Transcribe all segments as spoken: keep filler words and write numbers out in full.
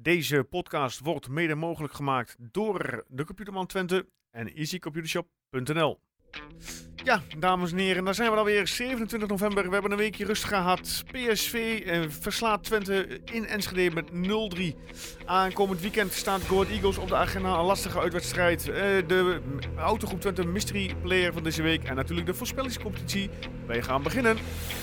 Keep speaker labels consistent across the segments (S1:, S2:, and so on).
S1: Deze podcast wordt mede mogelijk gemaakt door de Computerman Twente en easy computershop punt n l. Ja, dames en heren, daar zijn we dan weer. zevenentwintig november, we hebben een weekje rust gehad. P S V eh, verslaat Twente in Enschede met nul drie. Aankomend weekend staat Go Ahead Eagles op de agenda. Een lastige uitwedstrijd. Uh, de Autogroep Twente Mystery Player van deze week. En natuurlijk de voorspellingscompetitie. Wij gaan beginnen.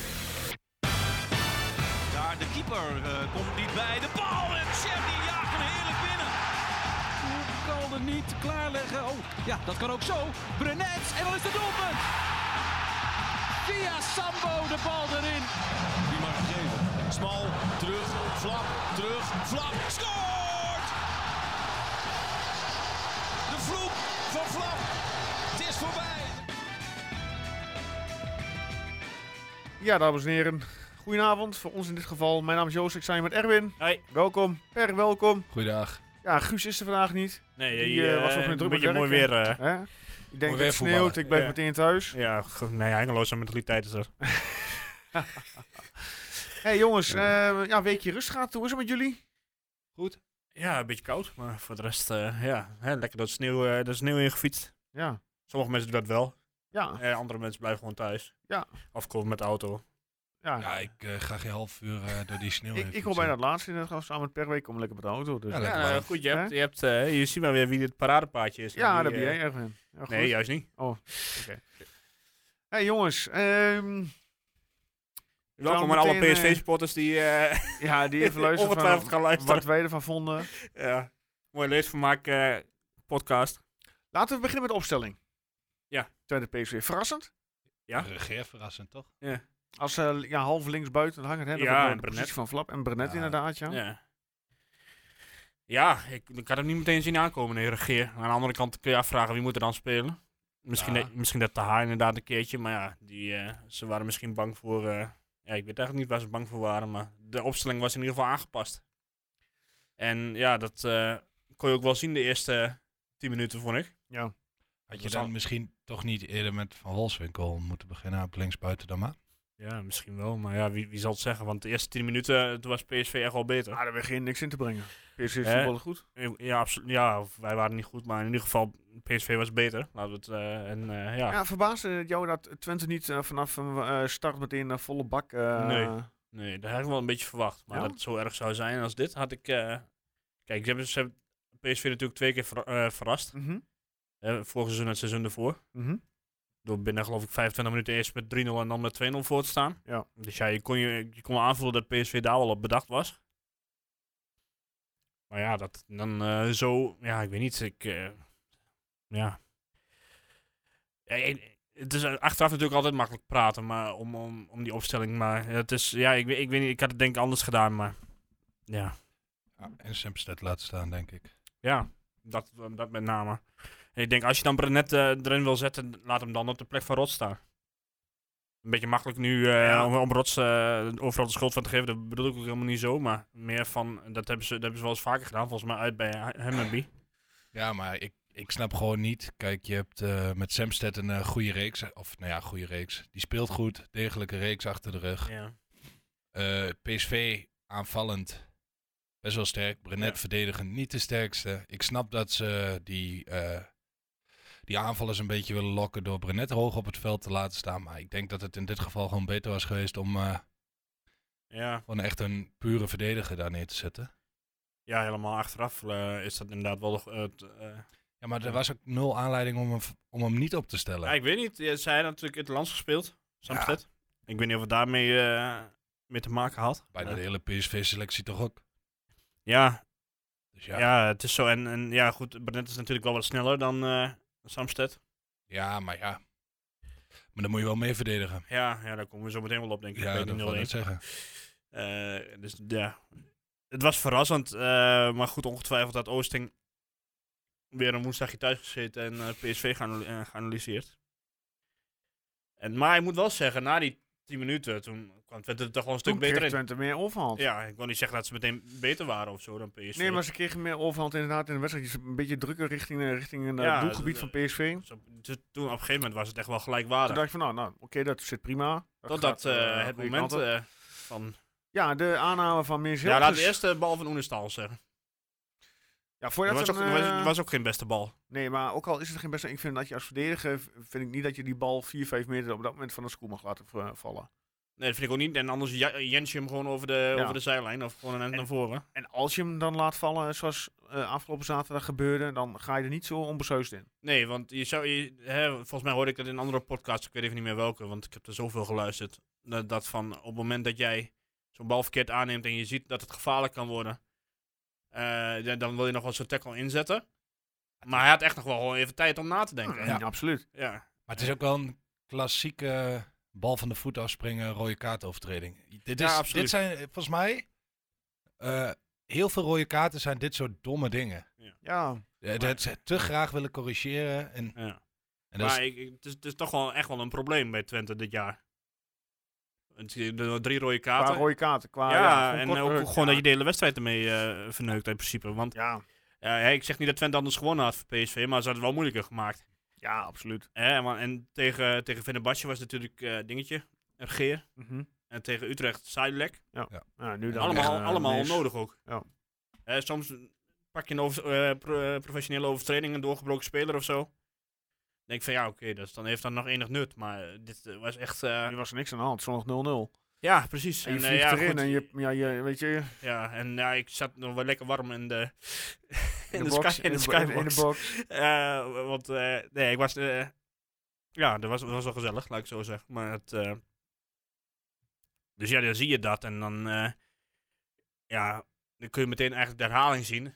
S2: Daar de keeper uh, komt niet bij. De bal en Tjerni jaagt hem heerlijk binnen. Kan er niet klaarleggen. Oh, ja, dat kan ook zo. Brenet en dan is het doelpunt. Via Sambo de bal erin. Wie mag het geven? Smal, terug, Flap, terug, Flap, scoort! De vloek van Flap. Het is voorbij.
S1: Ja, dames en heren. Goedenavond, voor ons in dit geval. Mijn naam is Joost, ik sta hier met Erwin.
S3: Hoi.
S1: Welkom. Per, welkom.
S4: Goeiedag.
S1: Ja, Guus is er vandaag niet.
S3: Nee,
S1: Die,
S3: je
S1: eh,
S3: uh,
S1: was nog
S3: een
S1: druk
S3: beetje
S1: met
S3: mooi
S1: werk,
S3: weer. Uh,
S1: Hè? Ik denk dat
S4: weer
S1: het sneeuwt,
S4: voetballen.
S1: ik blijf
S3: Ja.
S1: meteen thuis.
S3: ja, go- nee, eindeloze mentaliteit is er.
S1: Hey jongens, uh, ja, een weekje rust gaat. Hoe is het met jullie?
S3: Goed. Ja, een beetje koud, maar voor de rest, uh, ja, hè, lekker door de sneeuw, uh, de sneeuw ingefietst.
S1: Ja.
S3: Sommige mensen doen dat wel,
S1: Ja.
S3: uh, andere mensen blijven gewoon thuis.
S1: Ja.
S3: Of komen met de auto.
S1: Ja,
S4: Ja, ik uh, ga geen half uur uh, door die sneeuw
S1: ik,
S4: heen
S1: ik hoor bijna het laatste in het geval samen met per week om lekker met de auto. Dus.
S4: Ja,
S1: Ja,
S4: lekker
S3: Ja, uh,
S4: warm.
S3: goed, je hebt,
S1: Hè?
S3: je, hebt uh, je ziet maar weer wie dit paradepaardje is.
S1: ja
S3: Die,
S1: dat ben
S3: uh,
S1: jij, Erwin. Ja, goed.
S3: Nee, juist niet.
S1: Oh, oké. Okay. Hey jongens, um,
S3: Welkom
S1: we
S3: aan alle
S1: meteen,
S3: P S V-supporters die, uh,
S1: ja, die even luisteren
S3: ongetwijfeld
S1: van
S3: gaan luisteren.
S1: wat wij ervan vonden.
S3: Ja, mooi leesvermaak uh, podcast.
S1: Laten we beginnen met de opstelling.
S3: Ja.
S1: Twente P S V. Verrassend.
S3: Ja.
S4: Regeer verrassend, toch?
S3: Ja.
S1: Als uh, ja, half links buiten hangen. Hè,
S3: Ja,
S1: ja,
S3: en
S1: de
S3: Brenet.
S1: positie van Flap en Brenet
S4: Ja.
S1: inderdaad, ja.
S3: Ja, ja ik, ik had het niet meteen zien aankomen, nee, regeer. Aan de andere kant kun je afvragen wie moet er dan spelen. Misschien,
S4: Ja.
S3: de, misschien dat Taha inderdaad een keertje, maar ja, die, uh, ze waren misschien bang voor... Uh, ja, ik weet eigenlijk niet waar ze bang voor waren, maar de opstelling was in ieder geval aangepast. En ja, dat uh, kon je ook wel zien de eerste tien minuten, vond ik.
S1: Ja.
S4: Had je
S3: was
S4: dan
S3: al-
S4: misschien toch niet eerder met Van Wolfswinkel moeten beginnen op linksbuiten dan maar?
S3: Ja, misschien wel, maar ja, wie, wie zal het zeggen? Want de eerste tien minuten, uh, toen was P S V echt wel beter.
S1: Ah, daar werd geen niks in te brengen. P S V
S3: Hè?
S1: voetbalde goed.
S3: Ja, absoluut. Ja, of wij waren niet goed, maar in ieder geval, P S V was beter. Laten we het, uh, en uh, ja.
S1: Ja, verbaasde het jou dat Twente niet uh, vanaf uh, start meteen uh, volle bak... Uh,
S3: Nee. Nee, dat had ik wel een beetje verwacht. Maar
S1: Ja?
S3: dat het zo erg zou zijn als dit, had ik... Uh, kijk, ze hebben, ze hebben P S V natuurlijk twee keer ver, uh, verrast.
S1: Mhm.
S3: Uh, vorig seizoen en het seizoen ervoor.
S1: Mhm.
S3: Door binnen, geloof ik, vijfentwintig minuten eerst met drie nul en dan met twee nul voor te staan.
S1: Ja.
S3: Dus ja, je kon, je, je kon aanvoelen dat P S V daar wel op bedacht was. Maar ja, dat dan uh, zo... Ja, ik weet niet. Ik... Uh, ja... ja ik- Het is achteraf natuurlijk altijd makkelijk praten maar om, om, om die opstelling. Maar het is, ja, ik, weet- ik weet niet, ik had het denk ik anders gedaan, maar ja,
S4: Ja, en Simpstead laten staan, denk ik.
S3: ja dat, dat met name. En ik denk, als je dan Brenet uh, erin wil zetten, laat hem dan op de plek van Rots staan. Een beetje makkelijk nu uh,
S1: Ja.
S3: om, om Rots uh, overal de schuld van te geven, dat bedoel ik ook helemaal niet zo. Maar meer van, dat hebben ze, dat hebben ze wel eens vaker gedaan, volgens mij uit bij Hammerby.
S4: Ja, maar ik, ik snap gewoon niet. Kijk, je hebt uh, met Simpstead een uh, goede reeks. Of nou ja, goede reeks. Die speelt goed. Degelijke reeks achter de rug.
S3: Ja.
S4: Uh, P S V aanvallend best wel sterk. Brenet
S3: Ja.
S4: verdedigend niet de sterkste. Ik snap dat ze die, uh, die aanvallers een beetje willen lokken door Brenet hoog op het veld te laten staan. Maar ik denk dat het in dit geval gewoon beter was geweest om uh,
S3: Ja.
S4: gewoon echt een pure verdediger daar neer te zetten.
S3: ja, helemaal achteraf uh, is dat inderdaad wel... Uh, t- uh,
S4: Ja, maar er
S3: Ja.
S4: was ook nul aanleiding om hem, om hem niet op te stellen.
S3: Ja, ik weet niet. Ja, zij had natuurlijk in het land gespeeld. Samsted. Ik weet niet of het daarmee uh, mee te maken had.
S4: Bijna
S3: Uh,
S4: de hele P S V-selectie toch ook.
S3: ja,
S4: Dus
S3: ja.
S4: ja, ja.
S3: het is zo. En, en ja, goed. Brenet is natuurlijk wel wat sneller dan uh, Samsted.
S4: maar ja. Maar dan moet je wel mee verdedigen.
S3: Ja, ja, daar komen we zo meteen wel op, denk ik.
S4: Ja,
S3: bij
S4: dat
S3: die
S4: wil ik
S3: nul
S4: net
S3: één.
S4: zeggen.
S3: Uh, dus ja, het was verrassend. Uh, maar goed, ongetwijfeld had Oosting weer een woensdagje thuis gezeten en uh, P S V geanal- uh, geanalyseerd. En, maar ik moet wel zeggen, na die tien minuten, toen kwam Twente er toch wel een stuk
S1: Toen
S3: beter
S1: kreeg
S3: in.
S1: Twente meer overhand.
S3: Ja, ik wil niet zeggen dat ze meteen beter waren of zo dan P S V.
S1: Nee, maar ze kregen meer overhand inderdaad in de wedstrijd. Een beetje drukker richting, uh, richting het uh,
S3: Ja,
S1: doelgebied
S3: d-
S1: van P S V.
S3: Dus op- dus toen op een gegeven moment was het echt wel
S1: Toen
S3: gelijkwaardig.
S1: dacht ik van, nou, nou oké, okay, dat zit prima. Dat
S3: Totdat
S1: gaat, uh,
S3: uh, het
S1: goede
S3: moment
S1: kant op.
S3: uh, van...
S1: Ja, de aanname van Meers
S3: Ja, laat de eerste bal van Oenestal zeggen.
S1: Ja, voor je
S3: Dat
S1: dat
S3: was, ook,
S1: een,
S3: was,
S1: eh,
S3: was ook geen beste bal.
S1: Nee, maar ook al is het geen beste... Ik vind dat je als verdediger... vind ik niet dat je die bal vier, vijf meter op dat moment van de schoen mag laten v- vallen.
S3: Nee, dat vind ik ook niet. En anders ja- Jens je hem gewoon over de,
S1: Ja.
S3: over de zijlijn of gewoon net naar voren.
S1: En als je hem dan laat vallen, zoals uh, afgelopen zaterdag gebeurde... dan ga je er niet zo onbesuisd in.
S3: Nee, want je zou, je, hè, volgens mij hoorde ik dat in een andere podcast, ik weet even niet meer welke, want ik heb er zoveel geluisterd. Dat, dat van op het moment dat jij zo'n bal verkeerd aanneemt en je ziet dat het gevaarlijk kan worden, uh, dan, dan wil je nog wel zo'n tackle inzetten. Maar hij had echt nog wel gewoon even tijd om na te denken.
S1: Ja, absoluut.
S3: Ja.
S4: Maar het is ook wel een klassieke bal van de voet afspringen, rode kaartovertreding. Dit, is,
S3: Ja, absoluut.
S4: dit zijn volgens mij, uh, heel veel rode kaarten zijn dit soort domme dingen.
S1: Ja.
S4: Uh, dat ze te graag willen corrigeren. En,
S3: Ja.
S4: en dat
S3: Maar
S4: is,
S3: ik, ik- het, is, het is toch wel echt wel een probleem bij Twente dit jaar. Het- Er drie rode
S1: Qua
S3: kaarten.
S1: rode kaarten. Qua,
S3: ja,
S1: ja, gewoon
S3: en
S1: kort
S3: ook
S1: gerukt,
S3: gewoon
S1: ja.
S3: dat je de hele wedstrijd ermee uh, verneukt in principe. Want
S1: Ja,
S3: ja, hè, ik zeg niet dat Twente anders gewonnen had voor P S V, maar ze hadden het wel moeilijker gemaakt.
S1: ja, absoluut.
S3: Hè, en, en tegen, tegen Fenerbahce was het natuurlijk uh, dingetje, een Geer.
S1: Mhm.
S3: En tegen Utrecht Sidelec.
S1: Ja, nu
S3: En
S1: dan
S3: allemaal
S1: uh,
S3: allemaal
S1: Mees.
S3: onnodig ook.
S1: Ja.
S3: Hè, soms pak je een over, uh, pro, uh, professionele overtreding, een doorgebroken speler of zo. Dan denk ik van ja, oké, okay, dan heeft dan nog enig nut. Maar dit uh, was echt... Uh,
S1: Nu was er niks aan de hand, het stond nog nul nul.
S3: Ja, precies.
S1: En je
S3: en, uh,
S1: vliegt
S3: ja,
S1: erin
S3: goed,
S1: en je, ja, je, weet je,
S3: Ja, en ja, ik zat nog wel lekker warm in de, in
S1: in
S3: de,
S1: de box,
S3: sky, in de
S1: in de, in, in
S3: skybox.
S1: de box.
S3: Uh, want uh, nee, ik was... Uh, ja, dat was, dat was wel gezellig, laat ik zo zeggen. Maar het... Uh, dus ja, dan zie je dat en dan... Uh, ja, dan kun je meteen eigenlijk de herhaling zien.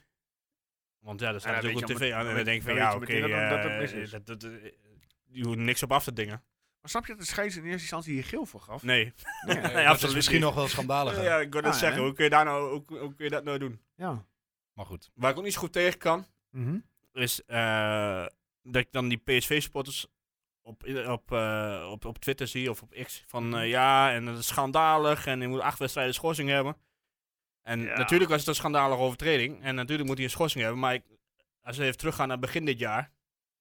S3: Want ja, er staat
S1: Ja,
S3: natuurlijk
S1: weet
S3: op
S1: je
S3: tv
S1: al
S3: aan
S1: met-
S3: en dan denk ik van
S1: dan
S3: ja,
S1: weet
S3: oké,
S1: je meteen dat- dat het
S3: uh,
S1: mis is.
S3: dat, dat, uh, je hoeft niks op af te dingen.
S1: Maar snap je dat de scheids in eerste instantie hier geel voor gaf?
S3: Nee.
S1: Nee.
S4: uh,
S3: nee,
S4: dat
S3: absoluut
S4: is misschien
S3: niet.
S4: nog wel schandaliger.
S3: Ja, ik wil net
S1: Ah,
S3: zeggen,
S1: hè?
S3: hoe kun, je daar nou, hoe, hoe kun je dat nou doen?
S1: Ja.
S4: Maar goed.
S3: Waar ik ook niet zo goed tegen kan,
S1: Mhm.
S3: is uh, dat ik dan die P S V-supporters op, op, uh, op, op Twitter zie of op X van uh, ja, en dat is schandalig en je moet acht wedstrijden schorsing hebben. En
S1: Ja.
S3: natuurlijk was het een schandalige overtreding en natuurlijk moet hij een schorsing hebben, maar ik, als we even teruggaan naar begin dit jaar,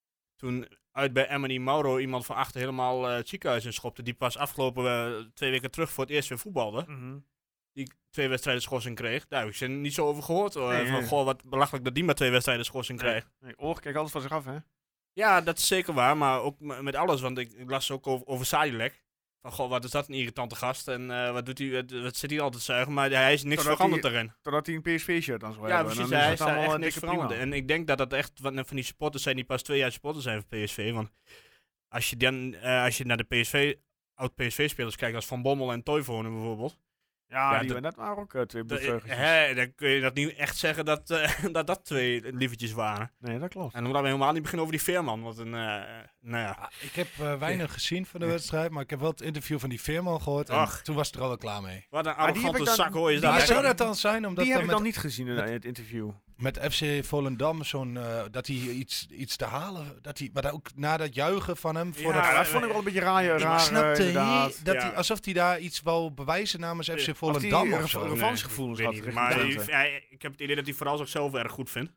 S3: toen uit bij Emily Mauro iemand van achter helemaal uh, het ziekenhuis in schopte, die pas afgelopen uh, twee weken terug voor het eerst weer voetbalde,
S1: Mhm.
S3: die twee wedstrijden schorsing kreeg, daar heb ik ze niet zo over gehoord. Hoor.
S1: Nee,
S3: van,
S1: nee.
S3: goh, wat belachelijk dat die maar twee wedstrijden schorsing
S1: Nee.
S3: krijgt.
S1: Nee, oor, kijk altijd van zich af, hè?
S3: Ja, dat is zeker waar, maar ook m- met alles, want ik, ik las ook over, over Sadilek. Van, goh, wat is dat een irritante gast en uh, wat doet hij, wat, wat zit hij altijd te zuigen, maar hij is niks
S1: Totdat
S3: veranderd
S1: hij-
S3: erin.
S1: Totdat hij een P S V-shirt dan zou
S3: Ja,
S1: hebben.
S3: precies,
S1: Dan
S3: hij
S1: is
S3: is
S1: het
S3: daar
S1: allemaal
S3: echt
S1: een
S3: niks
S1: dikke prima.
S3: veranderd. En ik denk dat dat echt wat van die supporters zijn die pas twee jaar supporters zijn van P S V, want als je dan, uh, als je naar de P S V, oud-P S V-spelers kijkt, als Van Bommel en Toivonen bijvoorbeeld,
S1: Ja,
S3: Ja,
S1: die
S3: dat-
S1: dat waren ook uh, twee
S3: de-
S1: bloedveugeltjes.
S3: hè, dan kun je dat niet echt zeggen dat uh, dat, dat twee lievertjes waren.
S1: Nee, dat klopt.
S3: En dan moeten we helemaal niet beginnen over die Veerman, want een, uh, nou ja.
S4: Ah, ik heb uh, weinig gezien van de wedstrijd, maar ik heb wel het interview van die Veerman gehoord. En
S3: Ach.
S4: toen was het er al wel klaar mee.
S3: Wat een
S1: die heb
S3: arrogante
S1: ik dan-
S3: zak hoor is
S1: die
S3: dat.
S4: Maar
S1: heb
S3: hè?
S1: ik
S4: zou dat dan zijn omdat
S1: Die heb
S4: er
S1: ik
S4: met,
S1: dan niet gezien in uh, het interview.
S4: met F C Volendam zo'n uh, dat hij iets, iets te halen, dat hij, maar dan ook na dat juichen van hem voor
S3: Ja,
S1: Ja,
S4: dat,
S1: dat vond ik wel een beetje raar.
S4: ik
S1: raar
S4: snapte
S1: uh,
S4: he-
S1: inderdaad.
S4: dat
S3: Ja.
S4: hij, alsof hij daar iets wou bewijzen namens F C
S3: Ja,
S4: Volendam
S1: die
S4: of zo.
S1: rev- revanchegevoelens
S3: Nee,
S1: had
S3: ik weet
S1: richting
S3: niet, maar
S1: Twente.
S3: hij- hij- ik heb het idee dat hij vooral zichzelf erg goed vindt.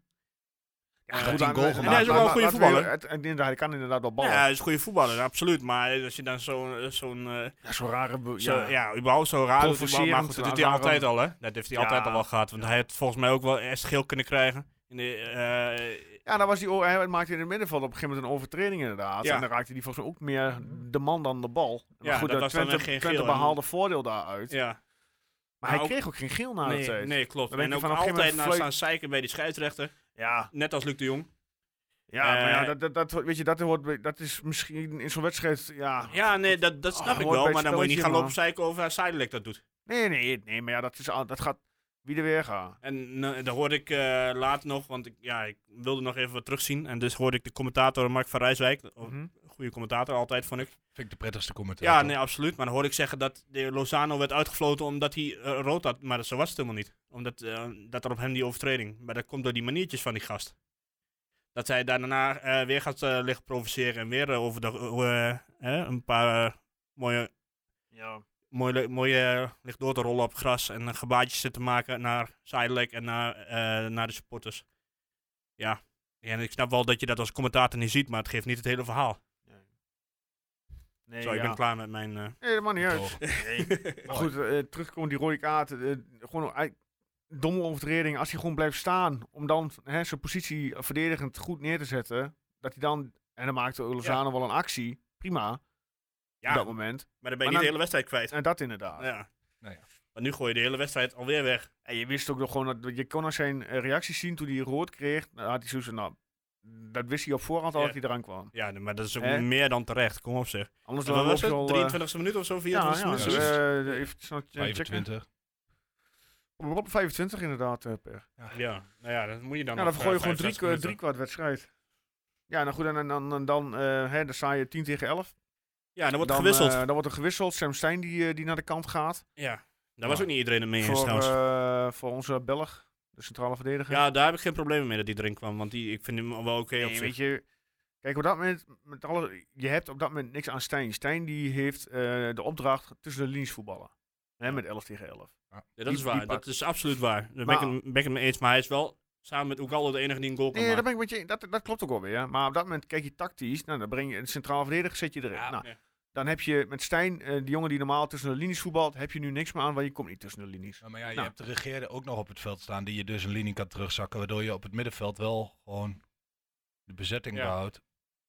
S1: Ja,
S3: Eh,
S1: goed,
S4: tien
S1: aan-
S4: goal
S1: en
S4: gemaakt.
S3: En hij is ook wel een goede
S1: laten we-
S3: voetballer.
S1: het- het- inderdaad, Hij kan inderdaad wel ballen.
S3: Ja, hij is een goede voetballer, absoluut. Maar als je dan zo'n, zo'n uh,
S1: Ja, zo'n rare... be-
S3: zo,
S1: Ja.
S3: ja. überhaupt zo raar doet,
S1: Provocerend,
S3: maar goed, dat doet hij
S1: rare-
S3: altijd al, hè. Dat heeft hij
S1: Ja.
S3: altijd al wel gehad. Want hij had volgens mij ook wel eerst geel kunnen krijgen. In de, uh,
S1: Ja, dan was die, o- hij maakte in het middenveld op een gegeven moment een overtreding inderdaad.
S3: Ja.
S1: En dan raakte hij volgens mij ook meer de man dan de bal. Maar
S3: Ja,
S1: goed,
S3: dat
S1: dat
S3: was dan
S1: Twente,
S3: weer geen
S1: Twente
S3: geel, en-
S1: behaalde voordeel daaruit.
S3: ja.
S1: Maar
S3: Maar
S1: hij
S3: ook-
S1: kreeg ook geen geel na de
S3: Nee,
S1: tijd.
S3: nee, klopt.
S1: Dan denk
S3: En
S1: je
S3: ook
S1: van, op een
S3: altijd
S1: gegeven
S3: naar
S1: moment
S3: staan zeiken bij die scheidsrechter.
S1: Ja,
S3: Net als Luc de Jong.
S1: ja maar ja,
S3: Eh,
S1: dat, dat, dat, weet je, dat, hoort, bij- dat is misschien in zo'n wedstrijd, ja...
S3: Ja, nee, dat, dat snap
S1: Oh,
S3: ik
S1: hoort
S3: wel.
S1: bij
S3: Maar
S1: het
S3: dan moet je niet gaan
S1: spelletje,
S3: lopen zeiken over haar Sidelec dat doet.
S1: Nee, nee, nee, maar ja, dat, is, al- dat gaat wie er weer gaat.
S3: En uh, daar hoorde ik uh, laat nog, want ik, ja, ik wilde nog even wat terugzien. En dus hoorde ik de commentator Mark van Rijswijk.
S1: Mhm.
S3: Goede commentator altijd, vond ik.
S4: Vind ik de prettigste commentaar.
S3: Ja, nee, absoluut. Maar dan hoorde ik zeggen dat de Lozano werd uitgefloten omdat hij uh, rood had. Maar zo was het helemaal niet. Omdat uh, dat er op hem die overtreding. Maar dat komt door die maniertjes van die gast. Dat hij daarna uh, weer gaat uh, liggen provoceren en weer uh, over de, uh, uh, een paar uh, mooie...
S1: Ja.
S3: Mooi, mooi uh, ligt door te rollen op gras en uh, gebaartjes zitten maken naar Sidelec en naar, uh, naar de supporters. Ja. ja, en ik snap wel dat je dat als commentator niet ziet, maar het geeft niet het hele verhaal.
S1: Nee,
S3: Zo, ik
S1: ja.
S3: ben klaar met mijn... Uh...
S1: Nee, dat maakt niet uit.
S4: Toch.
S1: Maar goed, uh, terugkomen die rode kaarten. Uh, gewoon, uh, domme overtreding, als hij gewoon blijft staan, om dan hè, zijn positie verdedigend goed neer te zetten, dat hij dan, en dan maakte Lozano ja. wel een actie, prima,
S3: Ja,
S1: op dat moment.
S3: maar dan ben je
S1: Maar
S3: niet
S1: dan-
S3: de hele wedstrijd kwijt.
S1: En dat inderdaad.
S3: Ja.
S4: Nou ja.
S3: Maar nu gooi je de hele wedstrijd alweer weg.
S1: En je wist ook nog gewoon, dat je kon aan zijn eh, reacties zien toen hij rood kreeg, dan had hij zoiets van, nou, dat wist hij op voorhand al
S3: Ja.
S1: dat hij eraan kwam.
S3: Ja, maar dat is ook
S1: Hè?
S3: meer dan terecht. Kom op zeg.
S1: Anders
S3: Wat
S1: dan
S3: was
S1: loop je
S3: het?
S1: al... eh,
S3: drieëntwintigste minuut of zo?
S1: ja,
S3: vierentwintigste
S1: ja,
S3: minuut?
S1: dus, eh, even snel checken.
S4: vijfentwintig.
S1: Op vijfentwintig inderdaad, eh, per.
S3: Ja, nou ja, dat moet je dan
S1: Ja,
S3: nog,
S1: dan gooi je
S3: eh,
S1: gewoon drie,
S3: vijfenzestig minuten.
S1: drie kwart wedstrijd. Ja, nou goed, en, en, dan- en dan, eh, hè, dan sta je tien tegen elf.
S3: Ja, dan wordt
S1: dan,
S3: gewisseld.
S1: eh, dan wordt er gewisseld. Sam Stein die, eh, die naar de kant gaat.
S3: ja, daar was ook niet iedereen het mee eens
S1: Voor,
S3: trouwens.
S1: eh, voor onze Belg, de centrale verdediger.
S3: Ja, daar heb ik geen problemen mee dat die erin kwam. Want die, ik vind hem wel oké op
S1: Nee,
S3: zich.
S1: weet je, kijk, op dat moment, met alle, je hebt op dat moment niks aan Stijn. Stijn die heeft eh, de opdracht tussen de linies voetballen. Hè,
S3: Ja.
S1: met elf tegen elf.
S3: Ja, dat
S1: die-
S3: is
S1: die
S3: waar,
S1: pakt.
S3: dat is absoluut waar. Daar ben,
S1: Maar-
S3: ik, het- ben ik het mee eens. Maar hij is wel samen met Ugalde de enige die een goal kan
S1: Nee, dat,
S3: maken.
S1: ben ik met je, dat, dat klopt ook wel weer. Maar op dat moment kijk je tactisch. Nou, dan breng je een centrale verdediger, zet je erin.
S3: Ja,
S1: nou,
S3: ja.
S1: dan heb je met Stijn, eh, die jongen die normaal tussen de linies voetbalt, heb je nu niks meer aan, want je komt niet tussen de linies.
S4: Ja, maar ja, je
S1: Nou.
S4: hebt de regeerde ook nog op het veld staan die je dus een linie kan terugzakken, waardoor je op het middenveld wel gewoon de bezetting
S3: Ja.
S4: behoudt.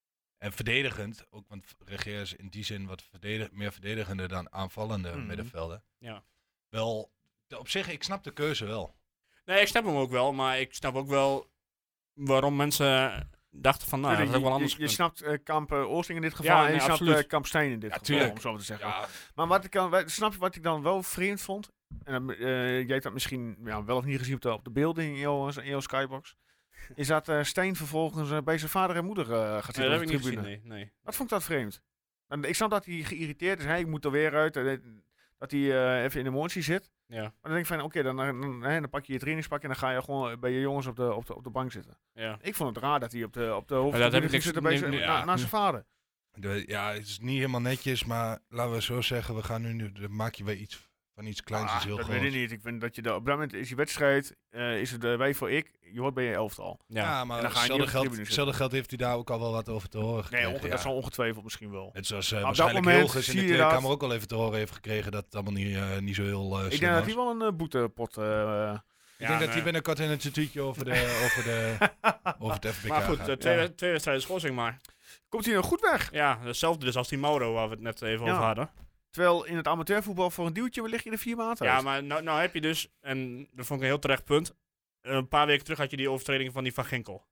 S4: En verdedigend, ook want regeer is in die zin wat verdedig, meer verdedigender dan aanvallende
S1: Mhm.
S4: middenvelden.
S3: Ja.
S4: Wel, de- op zich, ik snap de keuze wel.
S3: Nee, ik snap hem ook wel. Maar ik snap ook wel waarom mensen dachten van, nou, dat
S1: je,
S3: had ook wel
S1: je-
S3: anders
S1: je, je
S3: gekund.
S1: snapt eh, Kamp eh, Oosting in dit geval
S3: Ja,
S1: en je
S3: nee,
S1: snapt
S3: absoluut.
S1: eh, Kamp Stijn in dit
S4: Ja,
S1: geval,
S4: tuurlijk.
S1: om zo maar te zeggen.
S4: Ja,
S1: Maar wat ik, dan, wat- snap je wat ik dan wel vreemd vond? En dan, eh, jij hebt dat misschien ja, wel of niet gezien op de, op de beelden in jouw, in jouw skybox. Is dat eh Stijn vervolgens eh, bij zijn vader en moeder eh, gaat
S3: Nee,
S1: zitten
S3: dat
S1: op
S3: heb
S1: de
S3: ik niet
S1: tribune.
S3: gezien, nee. nee.
S1: Wat vond ik dat vreemd? En ik snap dat hij geïrriteerd is. Hij ik moet er weer uit. eh, Dat hij eh, even in emotie zit.
S3: Ja,
S1: Maar dan denk ik van, oké, dan, dan, hè, dan pak je je trainingspak en dan ga je gewoon bij je jongens op de, op de, op de bank zitten.
S3: ja.
S1: Ik vond het raar dat hij op de, op de
S3: dat heb
S1: hoofdtribune
S3: ik
S1: ging
S3: niks-
S1: zitten bij
S3: nee,
S1: zijn,
S3: nee,
S1: na,
S4: ja.
S1: naast zijn vader.
S4: de, ja, het is niet helemaal netjes, maar laten we zo zeggen, we gaan nu, nu dan maak je weer iets van iets kleins,
S1: Ah,
S4: iets heel
S1: dat
S4: groots.
S1: weet ik niet. Ik vind dat je de, op dat moment is die wedstrijd, eh, is het uh, wij voor ik, je hoort bij je elftal.
S3: Ja.
S4: Ja,
S1: En
S4: maar
S1: dan ga je niet
S4: hetzelfde
S1: op de
S4: geld,
S1: tribune
S4: hetzelfde geld heeft hij daar ook al wel wat over te horen
S1: Nee,
S4: gekregen.
S1: onge-
S4: ja.
S1: dat zal ongetwijfeld misschien wel.
S4: Net zoals uh,
S1: dat
S4: waarschijnlijk
S1: moment
S4: Hilgers in
S1: zie
S4: de
S1: je
S4: Tweede
S1: dat-
S4: Kamer ook al even te horen heeft gekregen dat het allemaal niet, uh, niet zo heel uh,
S1: Ik
S4: slim
S1: denk dat
S4: was.
S1: hij wel een uh, boetepot... Uh,
S4: Ik denk dat hij binnenkort in het instituutje over, de, over, de, over het F B K
S3: Maar goed,
S4: gaat.
S3: eh, twee,
S1: Ja.
S3: twee wedstrijden schorsing maar.
S1: Komt hij nou goed weg?
S3: Ja, hetzelfde dus als die Mauro waar we het net even
S1: Ja.
S3: over hadden.
S1: Terwijl in het amateurvoetbal voor een duwtje lig je er vier maanden
S3: Ja,
S1: uit.
S3: maar nou, nou heb je dus, en dat vond ik een heel terecht punt, een paar weken terug had je die overtreding van die Van Ginkel.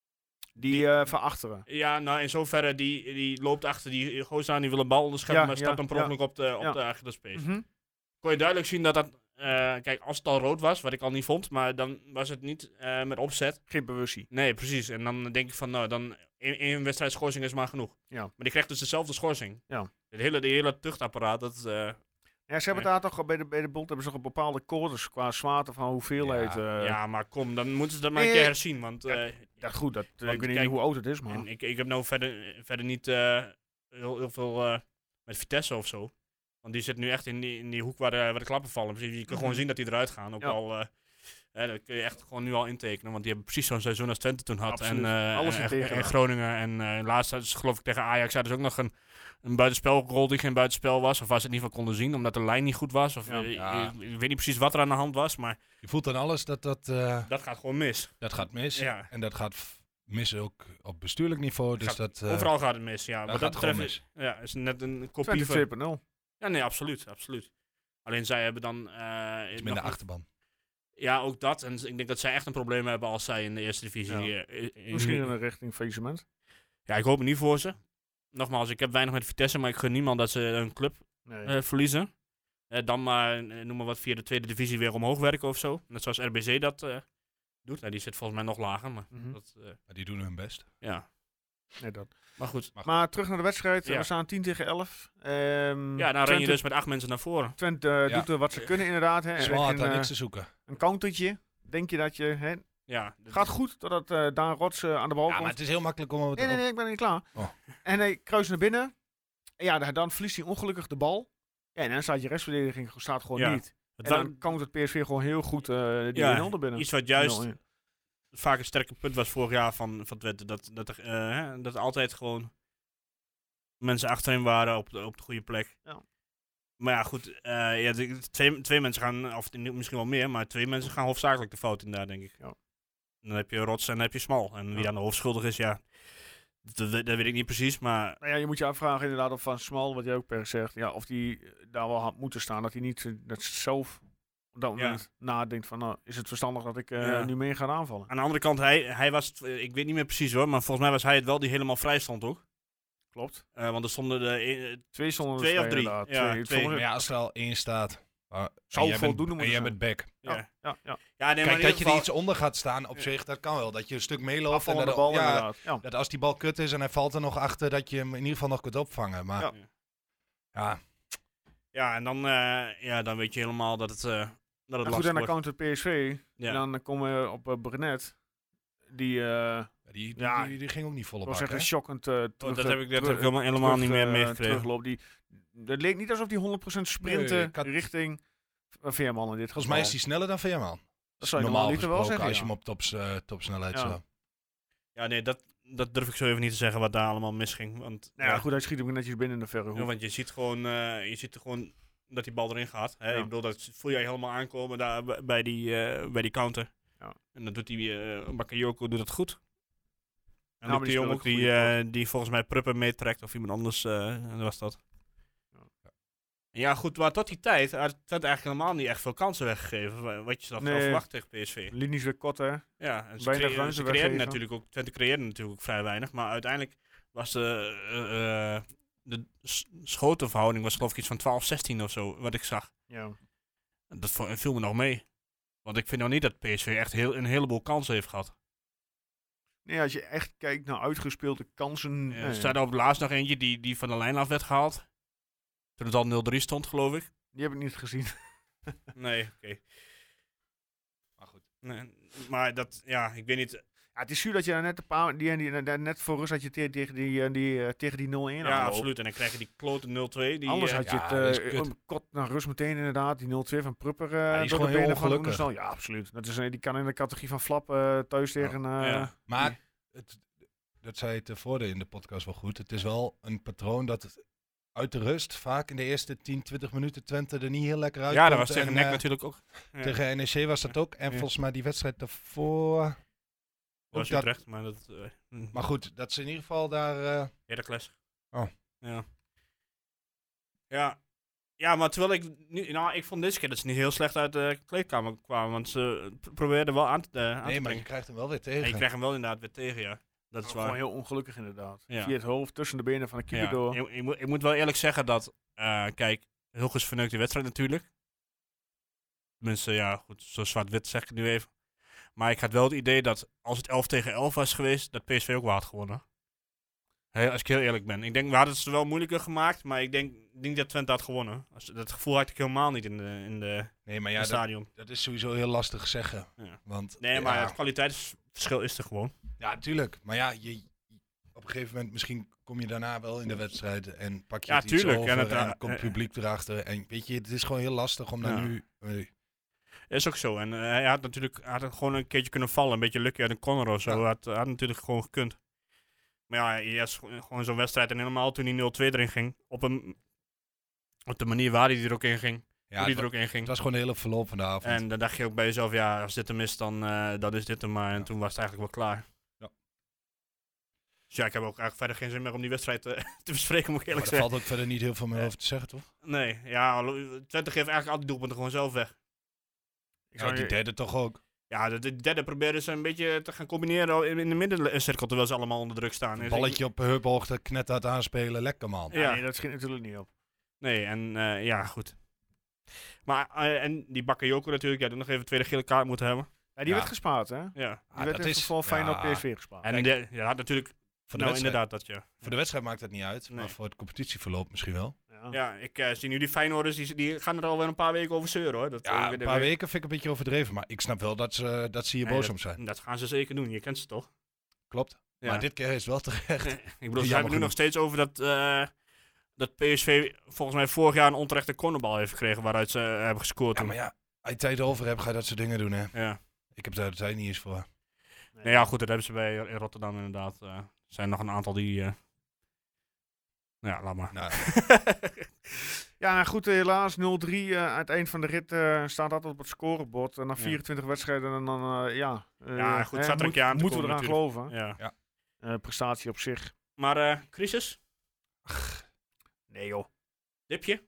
S1: Die uh, van achteren.
S3: Ja, nou in zoverre, die, die loopt achter die gozer aan, die wil een bal onderscheppen,
S1: Ja,
S3: maar
S1: ja,
S3: stapt dan per
S1: ja.
S3: ongeluk op de, op
S1: Ja.
S3: de Achillespees.
S1: Mhm.
S3: Kon je duidelijk zien dat dat, eh, kijk, als het al rood was, wat ik al niet vond, maar dan was het niet eh, met opzet.
S1: Geen bewustzijn.
S3: Nee, precies. En dan denk ik van, nou, dan één één wedstrijd schorsing is maar genoeg.
S1: Ja.
S3: Maar die krijgt dus dezelfde schorsing.
S1: Ja.
S3: Het hele, de hele tuchtapparaat, dat... eh,
S1: Ja, ze hebben daar toch bij de, bij de bond hebben ze toch een bepaalde codes qua zwaarte van hoeveelheid.
S4: Ja,
S1: eh,
S3: ja, maar kom, dan moeten ze dat maar een
S1: Nee,
S3: keer herzien, want...
S1: ja,
S3: eh,
S1: ja, goed, dat,
S3: Want
S1: ik weet niet
S3: kijk,
S1: hoe oud het is, maar...
S3: En ik, ik heb nou verder, verder niet eh, heel, heel veel eh, met Vitesse of zo. Want die zit nu echt in die, in die hoek waar de, waar de klappen vallen. Dus je kan
S1: Mhm.
S3: gewoon zien dat die eruit gaan. Ook
S1: Ja.
S3: al, eh, hè, dat kun je echt gewoon nu al intekenen. Want die hebben precies zo'n seizoen als Twente toen had.
S1: Absoluut.
S3: En, eh,
S1: Alles
S3: en,
S1: in
S3: en,
S1: tegen,
S3: en
S1: ja.
S3: Groningen. En eh laatst hadden ze, geloof ik tegen Ajax hadden ze ook nog een, een buitenspelrol die geen buitenspel was. Of waar ze het in ieder geval konden zien, omdat de lijn niet goed was. Of,
S1: Ja.
S3: eh,
S4: Ja.
S3: Ik, ik weet niet precies wat er aan de hand was, maar
S4: Je voelt aan alles dat dat, eh,
S3: dat gaat gewoon mis.
S4: dat gaat mis.
S3: Ja.
S4: En dat gaat f- mis ook op bestuurlijk niveau. Dus
S3: Gaat
S4: dat, eh,
S3: Overal gaat het mis, ja.
S4: daar
S3: Wat
S4: gaat
S3: dat
S4: het gewoon
S3: betreft is, ja, is net een kopie
S1: Twente
S3: van...
S1: twee punt nul.
S3: Ja, nee, absoluut, absoluut. Alleen zij hebben dan... eh,
S4: iets
S3: nog-
S4: minder achterban.
S3: Ja, ook dat. En ik denk dat zij echt een probleem hebben als zij in de eerste divisie...
S1: Ja.
S3: eh, in- in-
S1: Misschien in een richting faillissement.
S3: Ja, ik hoop het niet voor ze. Nogmaals, ik heb weinig met Vitesse, maar ik gun niemand dat ze een club
S1: Nee.
S3: eh, verliezen. Eh, dan maar, eh, noem maar wat, via de tweede divisie weer omhoog werken of zo. Net zoals R B C dat eh, doet. Nou, die zit volgens mij nog lager, maar
S1: Mhm.
S3: dat... eh,
S4: Maar die doen hun best.
S3: ja,
S1: Nee, dat.
S3: maar goed.
S1: Maar terug naar de wedstrijd.
S3: Ja.
S1: We staan tien tegen elf. Ehm,
S3: Ja, dan ren je
S1: Twente,
S3: dus met acht mensen naar voren.
S1: Twente eh,
S4: Ja.
S1: doet er wat ze kunnen inderdaad. Hè. En
S4: Zwaar had
S1: een,
S4: daar
S1: eh,
S4: niks te zoeken.
S1: een countertje. Denk je dat je... Hè,
S3: Ja, dat-
S1: gaat goed totdat eh Daan Rots eh, aan de bal
S4: Ja,
S1: komt.
S4: maar het is heel makkelijk om...
S1: Nee, nee, nee, ik ben niet klaar.
S4: Oh.
S1: En hij kruist naar binnen. En ja, dan- dan verliest hij ongelukkig de bal. Ja, en dan staat je restverdediging staat gewoon
S3: Ja.
S1: niet.
S3: het
S1: En
S3: wa-
S1: dan kan het P S V gewoon heel goed uh, die
S3: Ja,
S1: één nul er binnen.
S3: iets wat juist
S1: nul één.
S3: vaak een sterke punt was vorig jaar van, van Twente. Dat, dat, er, eh, hè, dat er altijd gewoon mensen achterin waren op de, op de goede plek.
S1: Ja.
S3: Maar ja, goed. eh, ja, de- twee, twee mensen gaan, of misschien wel meer, maar twee mensen gaan hoofdzakelijk de fout in daar, denk ik.
S1: Ja.
S3: Dan heb je Rots en dan heb je Smal. En wie
S1: Ja.
S3: dan de hoofdschuldig is, ja, dat, dat weet ik niet precies, maar...
S1: Nou ja, je moet je afvragen inderdaad of Van Smal, wat jij ook per zegt, ja, of die eh, daar wel had moeten staan. Dat hij niet eh, dat zelf op dat
S3: Ja.
S1: moment nadenkt van, nou, is het verstandig dat ik eh,
S3: Ja.
S1: nu mee ga aanvallen?
S3: Aan de andere kant, hij, hij was, het, eh, ik weet niet meer precies hoor, maar volgens mij was hij het wel die helemaal vrij stond ook.
S1: Klopt.
S3: Eh, want er stonden de, eh,
S1: Twee stonden
S3: Twee
S1: er
S3: of
S1: vrij,
S3: drie.
S1: inderdaad.
S3: Ja,
S1: Twee.
S3: twee.
S1: Sommige-
S4: Maar ja, als er al één staat. Uh,
S1: Zou
S4: en jij bent,
S1: voldoende
S4: en jij
S1: moeten
S4: bent back.
S3: ja.
S1: Ja, ja, ja.
S3: Ja, nee, maar
S4: Kijk,
S3: in
S4: dat
S3: ieder
S4: je er
S3: geval-
S4: iets onder gaat staan op zich, dat kan wel. Dat je een stuk meeloopt. En
S1: Afvallende
S4: dat,
S1: bal
S4: ja,
S1: inderdaad. Ja.
S4: dat als die bal kut is en hij valt er nog achter, dat je hem in ieder geval nog kunt opvangen. Maar
S1: Ja.
S4: ja, ja,
S3: Ja, en dan, eh, ja, dan weet je helemaal dat het, eh dat het
S1: Nou, goed,
S3: lastig
S1: en dan
S3: wordt.
S1: counter P S V.
S3: Ja.
S1: En dan komen we op uh, Brenet. Die, eh
S4: die, die,
S1: Ja,
S4: die, die ging ook niet
S1: ik
S4: volle
S1: wil
S4: bak.
S1: zeggen,
S4: hè?
S1: shockend uh, terug.
S3: Oh, dat heb ik, dat
S1: terug-
S3: heb ik helemaal, helemaal
S1: terug,
S3: niet meer
S1: eh,
S3: meegekregen.
S1: terugloopt. Die, het leek niet alsof die honderd procent sprinten
S4: Nee, ik had-
S1: richting uh, Veerman in dit geval.
S4: Volgens mij is hij sneller dan Veerman.
S1: Dat zou je
S4: normaal
S1: normaal wel
S4: gesproken,
S1: zeggen,
S4: als je
S1: ja.
S4: hem op tops, eh, topsnelheid
S1: Ja.
S4: zou.
S3: Ja, nee, dat, dat durf ik zo even niet te zeggen wat daar allemaal misging. Want,
S1: Nou ja, goed, hij schiet hem netjes binnen in de verre hoek.
S3: Ja, want je ziet gewoon, eh, je ziet er gewoon dat die bal erin gaat. Hè?
S1: Ja.
S3: Ik bedoel, dat voel jij helemaal aankomen daar bij- bij die, eh, bij die counter.
S1: Ja.
S3: En dan doet die uh, Bakayoko doet dat goed. En
S1: Ja,
S3: Luc
S1: maar
S3: de
S1: die
S3: Jong
S1: speelt
S3: ook,
S1: ook
S3: die,
S1: goede
S3: eh, die volgens mij Pruppen meetrekt of iemand anders eh, was dat.
S1: Ja.
S3: Ja goed, maar tot die tijd had Twente eigenlijk helemaal niet echt veel kansen weggegeven. wa- Wat je dan
S1: Nee.
S3: verwacht tegen P S V.
S1: Linies weer kort, hè?
S3: Ja, en ze,
S1: Weinig
S3: crea-
S1: ruimte
S3: ze creëerden
S1: weggeven.
S3: natuurlijk ook, Twente creëerde natuurlijk ook vrij weinig. Maar uiteindelijk was de, eh, eh, de s- schotenverhouding was geloof ik iets van twaalf zestien of zo, wat ik zag.
S1: Ja.
S3: Dat vo- viel me nog mee. Want ik vind nog niet dat P S V echt heel, een heleboel kansen heeft gehad.
S1: Nee, als je echt kijkt naar uitgespeelde kansen.
S3: Ja,
S1: eh,
S3: er staat er op het laatst nog eentje die, die van de lijn af werd gehaald. Toen het al nul drie stond, geloof ik.
S1: Die heb ik niet gezien.
S3: Nee, oké.
S4: Maar goed.
S3: Nee, maar dat, ja, ik weet niet.
S1: Ja, het is zuur dat je daar net, een paar, die, die, die- net voor rust dat je te- tegen die, eh, die, eh, tegen die nul een
S3: Ja,
S1: aanloopt.
S3: absoluut. En dan krijg je die klote nul twee. Die,
S1: Anders
S3: eh,
S1: had je
S4: ja,
S1: het
S4: dat is
S1: eh,
S4: kut.
S1: om kort naar rust meteen inderdaad. Die nul twee van Prupper uh,
S4: die is
S1: door de
S4: gewoon heel
S1: benen van
S4: ongelukkig.
S1: Oenerstal. Ja, absoluut. Dat is, een- die kan in de categorie van Flap eh, thuis tegen... eh,
S3: ja.
S4: Maar, het, dat zei je tevoren in de podcast wel goed. Het is wel een patroon dat het uit de rust vaak in de eerste tien, twintig minuten Twente er niet heel lekker uit.
S3: ja, dat was tegen Nek
S4: uh,
S3: natuurlijk ook. Ja.
S4: Tegen N E C was dat ook. En
S3: Ja.
S4: volgens mij die wedstrijd daarvoor.
S3: Dat was
S4: dat-
S3: Utrecht, maar dat... eh, hm.
S4: Maar goed, dat ze in ieder geval daar. eh,
S3: Heracles.
S4: Oh.
S3: Ja. Ja. Ja, maar terwijl ik... Nu, nou, ik vond deze keer dat ze niet heel slecht uit de kleedkamer kwamen. Want ze p- probeerden wel aan te, eh, aan te
S4: nee, maar je
S3: brengen.
S4: krijgt hem wel weer
S3: En
S4: tegen.
S3: je krijgt hem wel inderdaad weer tegen, ja. Dat is
S1: gewoon
S3: waar.
S1: heel ongelukkig inderdaad.
S3: Ja.
S1: Via het hoofd, tussen de benen van de keeper
S3: Ja.
S1: door.
S3: Ik, ik, moet, ik moet wel eerlijk zeggen dat... eh, kijk, Hilgers verneukt de wedstrijd natuurlijk. Tenminste, ja, goed. Zo zwart-wit zeg ik het nu even. Maar ik had wel het idee dat als het elf tegen elf was geweest... dat P S V ook wel had gewonnen. Heel, als ik heel eerlijk ben. Ik denk, we hadden het ze wel moeilijker gemaakt. Maar ik denk niet dat Twente had gewonnen. Als, dat gevoel had ik helemaal niet in de, in de,
S4: Nee, maar
S3: in
S4: ja,
S3: het
S4: dat,
S3: stadion.
S4: dat is sowieso heel lastig zeggen.
S3: Ja.
S4: Want,
S3: Nee, maar
S4: ja,
S3: het kwaliteitsverschil is er gewoon.
S4: ja, tuurlijk. Maar ja, je, op een gegeven moment misschien kom je daarna wel in de wedstrijd en pak je
S3: Ja,
S4: het iets
S3: tuurlijk.
S4: over
S3: En
S4: en,
S3: het,
S4: dan
S3: eh,
S4: komt
S3: eh,
S4: publiek erachter. En weet je, het is gewoon heel lastig om daar
S3: Ja.
S4: nu... eh,
S3: Is ook zo. En eh, hij had natuurlijk hij had gewoon een keertje kunnen vallen. Een beetje lucky uit een corner of zo.
S4: Ja.
S3: Had, had natuurlijk gewoon gekund. Maar ja, je had gewoon- gewoon zo'n wedstrijd. En helemaal toen die nul twee erin ging. Op, een, op de manier waar hij er ook in ging.
S4: ja,
S3: hoe
S4: het,
S3: die
S4: wa-
S3: er ook in ging.
S4: het was gewoon een hele verloop van de avond.
S3: En dan dacht je ook bij jezelf, ja, als dit hem is, dan, eh, dan is dit hem maar. En
S4: Ja.
S3: toen was het eigenlijk wel klaar.
S4: Ja.
S3: Dus ja, ik heb ook eigenlijk verder geen zin meer om die wedstrijd eh, te bespreken, moet ik
S4: maar
S3: eerlijk
S4: daar
S3: zeggen.
S4: valt ook verder niet heel veel meer
S3: Eh,
S4: over te zeggen, toch?
S3: Nee, ja, Twente geeft eigenlijk al die doelpunten gewoon zelf weg.
S1: Ik
S4: Ja,
S1: zou
S4: die
S1: je-
S4: derde toch ook.
S3: Ja, de, de derde proberen ze een beetje te gaan combineren in, in de middencirkel, terwijl ze allemaal onder druk staan. Dus ik-
S4: Balletje op heuphoogte, knettert aanspelen, lekker man.
S1: ja,
S3: Ja.
S1: Nee, dat schiet natuurlijk niet op.
S3: Nee, en eh, ja, goed. Maar, eh, en die Bakayoko natuurlijk, ja, die nog even een tweede gele kaart moeten hebben.
S1: Ja, die
S4: Ja.
S1: werd gespaard, hè? Die
S3: Ja.
S4: Ah,
S1: werd
S4: dat
S1: even
S4: is-
S1: voor Feyenoord
S4: ja.
S1: P S V gespaard.
S3: En de, ja, had natuurlijk,
S4: Voor de,
S3: nou
S4: wedstrijd,
S3: inderdaad, dat ja.
S4: voor de wedstrijd maakt het niet uit,
S3: Nee.
S4: maar voor het competitieverloop misschien wel.
S1: Ja.
S3: Ja, ik eh, zie nu die Feyenoorders, die, die gaan er alweer een paar weken over zeuren, hoor. Dat,
S4: Ja,
S3: eh,
S4: een
S3: de-
S4: paar weken vind ik een beetje overdreven, maar ik snap wel dat ze, dat ze hier
S3: Nee,
S4: boos
S3: dat-
S4: om zijn.
S3: Dat gaan ze zeker doen, je kent ze toch?
S4: Klopt.
S3: Ja.
S4: Maar dit keer is het wel terecht.
S3: ik bedoel, ze
S4: Jammer
S3: hebben nu
S4: genoeg.
S3: nog steeds over dat, eh, dat P S V volgens mij vorig jaar een onterechte cornerbal heeft gekregen waaruit ze eh, hebben gescoord
S4: Ja,
S3: toen.
S4: maar ja, als je tijd over hebt, ga je dat soort dingen doen, hè.
S3: Ja.
S4: Ik heb daar de tijd niet eens voor.
S1: Nee.
S3: Nee, ja, goed, dat hebben ze bij in Rotterdam inderdaad. eh, Er zijn nog een aantal die, eh, Ja, laat maar.
S4: Nou,
S1: Ja, goed, helaas nul drie. Uh, aan het eind van de rit uh, staat dat op het scorebord. En na vierentwintig ja. wedstrijden en dan, uh, ja... Uh,
S3: ja, goed,
S1: hè,
S3: zat er een keer aan te
S1: moeten
S3: komen,
S1: we eraan
S3: natuurlijk.
S1: geloven.
S3: Ja.
S1: Ja. Uh, prestatie op zich.
S3: Maar, uh, crisis?
S1: Nee, joh.
S3: Dipje?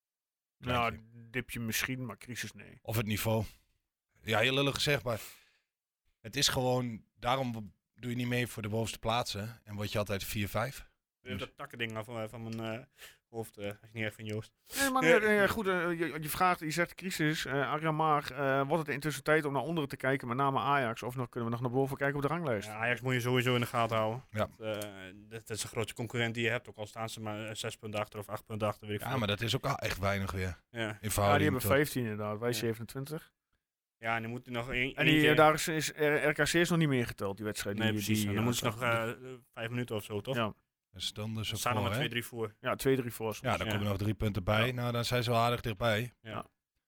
S1: Nou, dipje misschien, maar crisis nee.
S4: Of het niveau. Ja, heel lullig gezegd, maar het is gewoon... Daarom doe je niet mee voor de bovenste plaatsen. En word je altijd vier vijf.
S3: Je hebt dat takkending af van, van mijn uh, hoofd. Uh, niet echt van Joost.
S1: Nee, maar nee, nee, goed. Uh, je, je vraagt, je zegt crisis. Uh, Arjan Maar, uh, wordt het intussen tijd om naar onderen te kijken, met name Ajax? Of nog, kunnen we nog naar boven kijken op de ranglijst?
S3: Ja, Ajax moet je sowieso in de gaten houden.
S4: Ja.
S3: Dat, uh, dat is de grootste concurrent die je hebt. Ook al staan ze maar zes punten achter of acht punten achter. Weet ik
S4: Ja,
S3: veel.
S4: maar dat is ook echt weinig weer.
S3: Ja,
S4: in
S1: ja die hebben vijftien inderdaad. Wij
S3: ja.
S1: zevenentwintig.
S3: Ja, en dan moet er nog één.
S1: En die, daar is, is R K C is nog niet meer geteld, die wedstrijd.
S3: Nee,
S1: die,
S3: precies.
S1: Die,
S3: en dan
S1: uh,
S3: moeten ze nog uh, vijf minuten of zo, toch?
S1: Ja.
S4: Er staan dus
S3: er staan er
S4: voor,
S3: maar twee,
S4: hè?
S3: drie voor.
S1: Ja, twee, drie voor.
S4: Ja, dan
S3: Ja.
S4: komen nog drie punten bij.
S1: Ja.
S4: Nou, dan zijn ze wel aardig dichtbij.
S3: Ja,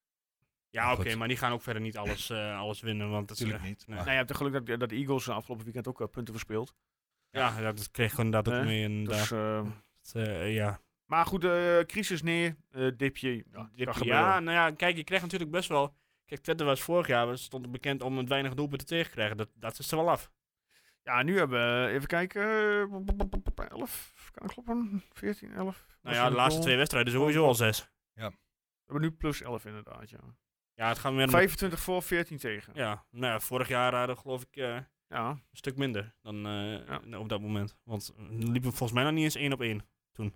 S3: ja oké, okay, maar die gaan ook verder niet alles, uh, alles winnen. Want dat
S4: Natuurlijk
S3: is,
S4: niet.
S3: Nee.
S4: Maar...
S1: Nou, je hebt het geluk dat, dat de Eagles afgelopen weekend ook uh, punten verspeeld.
S3: Ja, ja, dat kreeg gewoon dat ook
S1: uh,
S3: mee. En
S1: dus, uh,
S3: dat, uh, ja.
S1: Maar goed, uh, crisis nee, uh, dipje. Ja,
S3: dipje ja, nou ja, kijk, je krijgt natuurlijk best wel... Kijk, Twente was vorig jaar, stond bekend om het weinig doelpunten tegen te krijgen. Dat, dat is er wel af.
S1: Ja, nu hebben we, even kijken, uh, elf, kan ik kloppen? veertien, elf.
S3: Nou ja, de laatste goal. twee wedstrijden sowieso al zes.
S4: Ja.
S1: We hebben nu plus elf inderdaad, ja.
S3: Ja, het gaat weer
S1: vijfentwintig voor, veertien tegen.
S3: Ja, nou ja, vorig jaar hadden we geloof ik uh,
S1: ja.
S3: een stuk minder dan uh, ja. op dat moment. Want we liepen volgens mij nog niet eens één op één toen.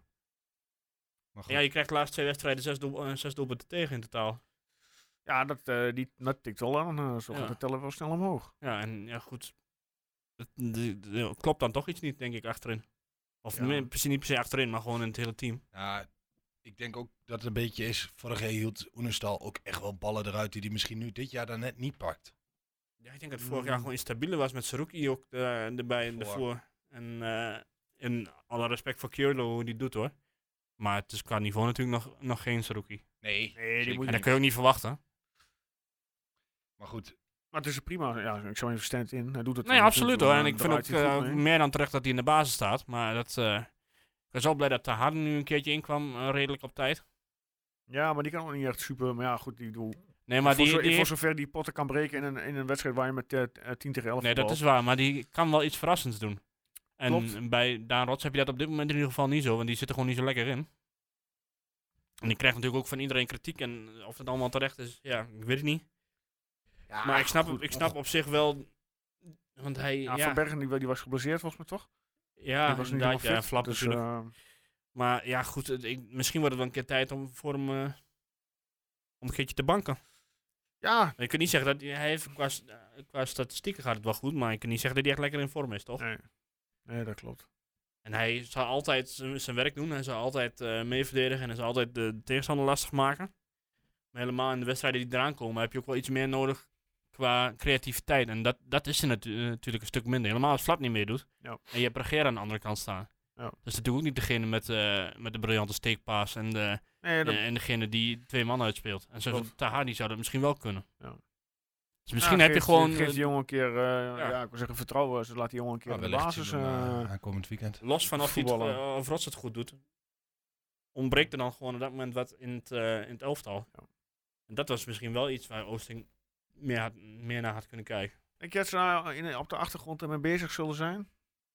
S3: Maar ja, je krijgt de laatste twee wedstrijden zes, doel, uh, zes doelpunten tegen in totaal.
S1: Ja, dat, uh, die, dat tikt wel aan. Uh, zo gaat ja. de teller wel snel omhoog.
S3: Ja, en ja, goed. Het, de, de, de, klopt dan toch iets niet, denk ik, achterin. Of ja. niet, niet per se achterin, maar gewoon in het hele team.
S4: Ja, ik denk ook dat het een beetje is. Vorig jaar hield Oenestal ook echt wel ballen eruit die hij misschien nu dit jaar dan net niet pakt.
S3: Ja, ik denk dat het vorig jaar gewoon instabieler was met Saruki ook de, erbij en ervoor. En uh, in alle respect voor Kjörlo hoe die doet hoor. Maar het is qua niveau natuurlijk nog, nog geen Saruki.
S4: Nee,
S1: nee die moet
S3: en dat kun je ook niet verwachten.
S4: Maar goed.
S1: Maar het is prima. Ja, ik zou even stand in. Hij doet het.
S3: Nee, absoluut hoor. En ik vind ook uh, meer dan terecht dat hij in de basis staat. Maar dat, uh, ik ben zo blij dat Tahan nu een keertje inkwam, uh, redelijk op tijd.
S1: Ja, maar die kan ook niet echt super. Maar ja, goed, die doel.
S3: Nee, maar
S1: voor,
S3: die,
S1: zo,
S3: die
S1: voor
S3: heeft...
S1: zover die potten kan breken in een, in een wedstrijd waar je met uh, tien tegen elf
S3: Nee, dat is waar. Maar die kan wel iets verrassends doen. En
S1: Klopt.
S3: bij Daan Rots heb je dat op dit moment in ieder geval niet zo. Want die zit er gewoon niet zo lekker in. En die krijgt natuurlijk ook van iedereen kritiek. En of het allemaal terecht is, ja, ik weet het niet. Ja, maar ik snap, goed, ik snap op zich wel... Want hij...
S1: Ja,
S3: ja.
S1: Van Bergen die, die was geblesseerd volgens mij toch?
S3: Ja,
S1: die was
S3: inderdaad. Ja,
S1: fit,
S3: flap
S1: dus,
S3: natuurlijk.
S1: Uh,
S3: maar ja, goed. Het, ik, misschien wordt het wel een keer tijd om voor hem... Uh, om een keertje te banken.
S1: Ja.
S3: Je kunt niet zeggen dat hij heeft... Qua, qua statistieken gaat het wel goed. Maar je kunt niet zeggen dat hij echt lekker in vorm is, toch?
S1: Nee, nee dat klopt.
S3: En hij zal altijd zijn werk doen. Hij zal altijd uh, mee verdedigen. En hij zal altijd de, de tegenstander lastig maken. Maar helemaal in de wedstrijden die eraan komen... heb je ook wel iets meer nodig... qua creativiteit. En dat, dat is er natu- natuurlijk een stuk minder. Helemaal als Flap niet meer doet.
S1: Ja.
S3: En je hebt Regeer aan de andere kant staan.
S1: Ja.
S3: Dat is natuurlijk ook niet degene met, uh, met de briljante steekpaas. En, de,
S1: nee, dat...
S3: en, en degene die twee man uitspeelt. En zoals Tahani zou dat misschien wel kunnen.
S1: Ja.
S3: Dus misschien
S1: ja,
S3: heb
S1: geeft,
S3: je gewoon...
S1: Geef die jongen een keer... Uh, ja.
S3: ja.
S1: ja, ik wil zeggen vertrouwen. Ze laat die jongen een keer
S4: ja,
S1: in de basis...
S4: Hem,
S1: uh,
S4: aankomend weekend.
S3: Los van of, het, uh, of Rots het goed doet. Ontbreekt er dan gewoon op dat moment wat in het, uh, in het elftal.
S1: Ja.
S3: En dat was misschien wel iets waar Oosting meer, had, meer naar had kunnen kijken.
S1: Denk je dat ze nou in, op de achtergrond ermee bezig zullen zijn?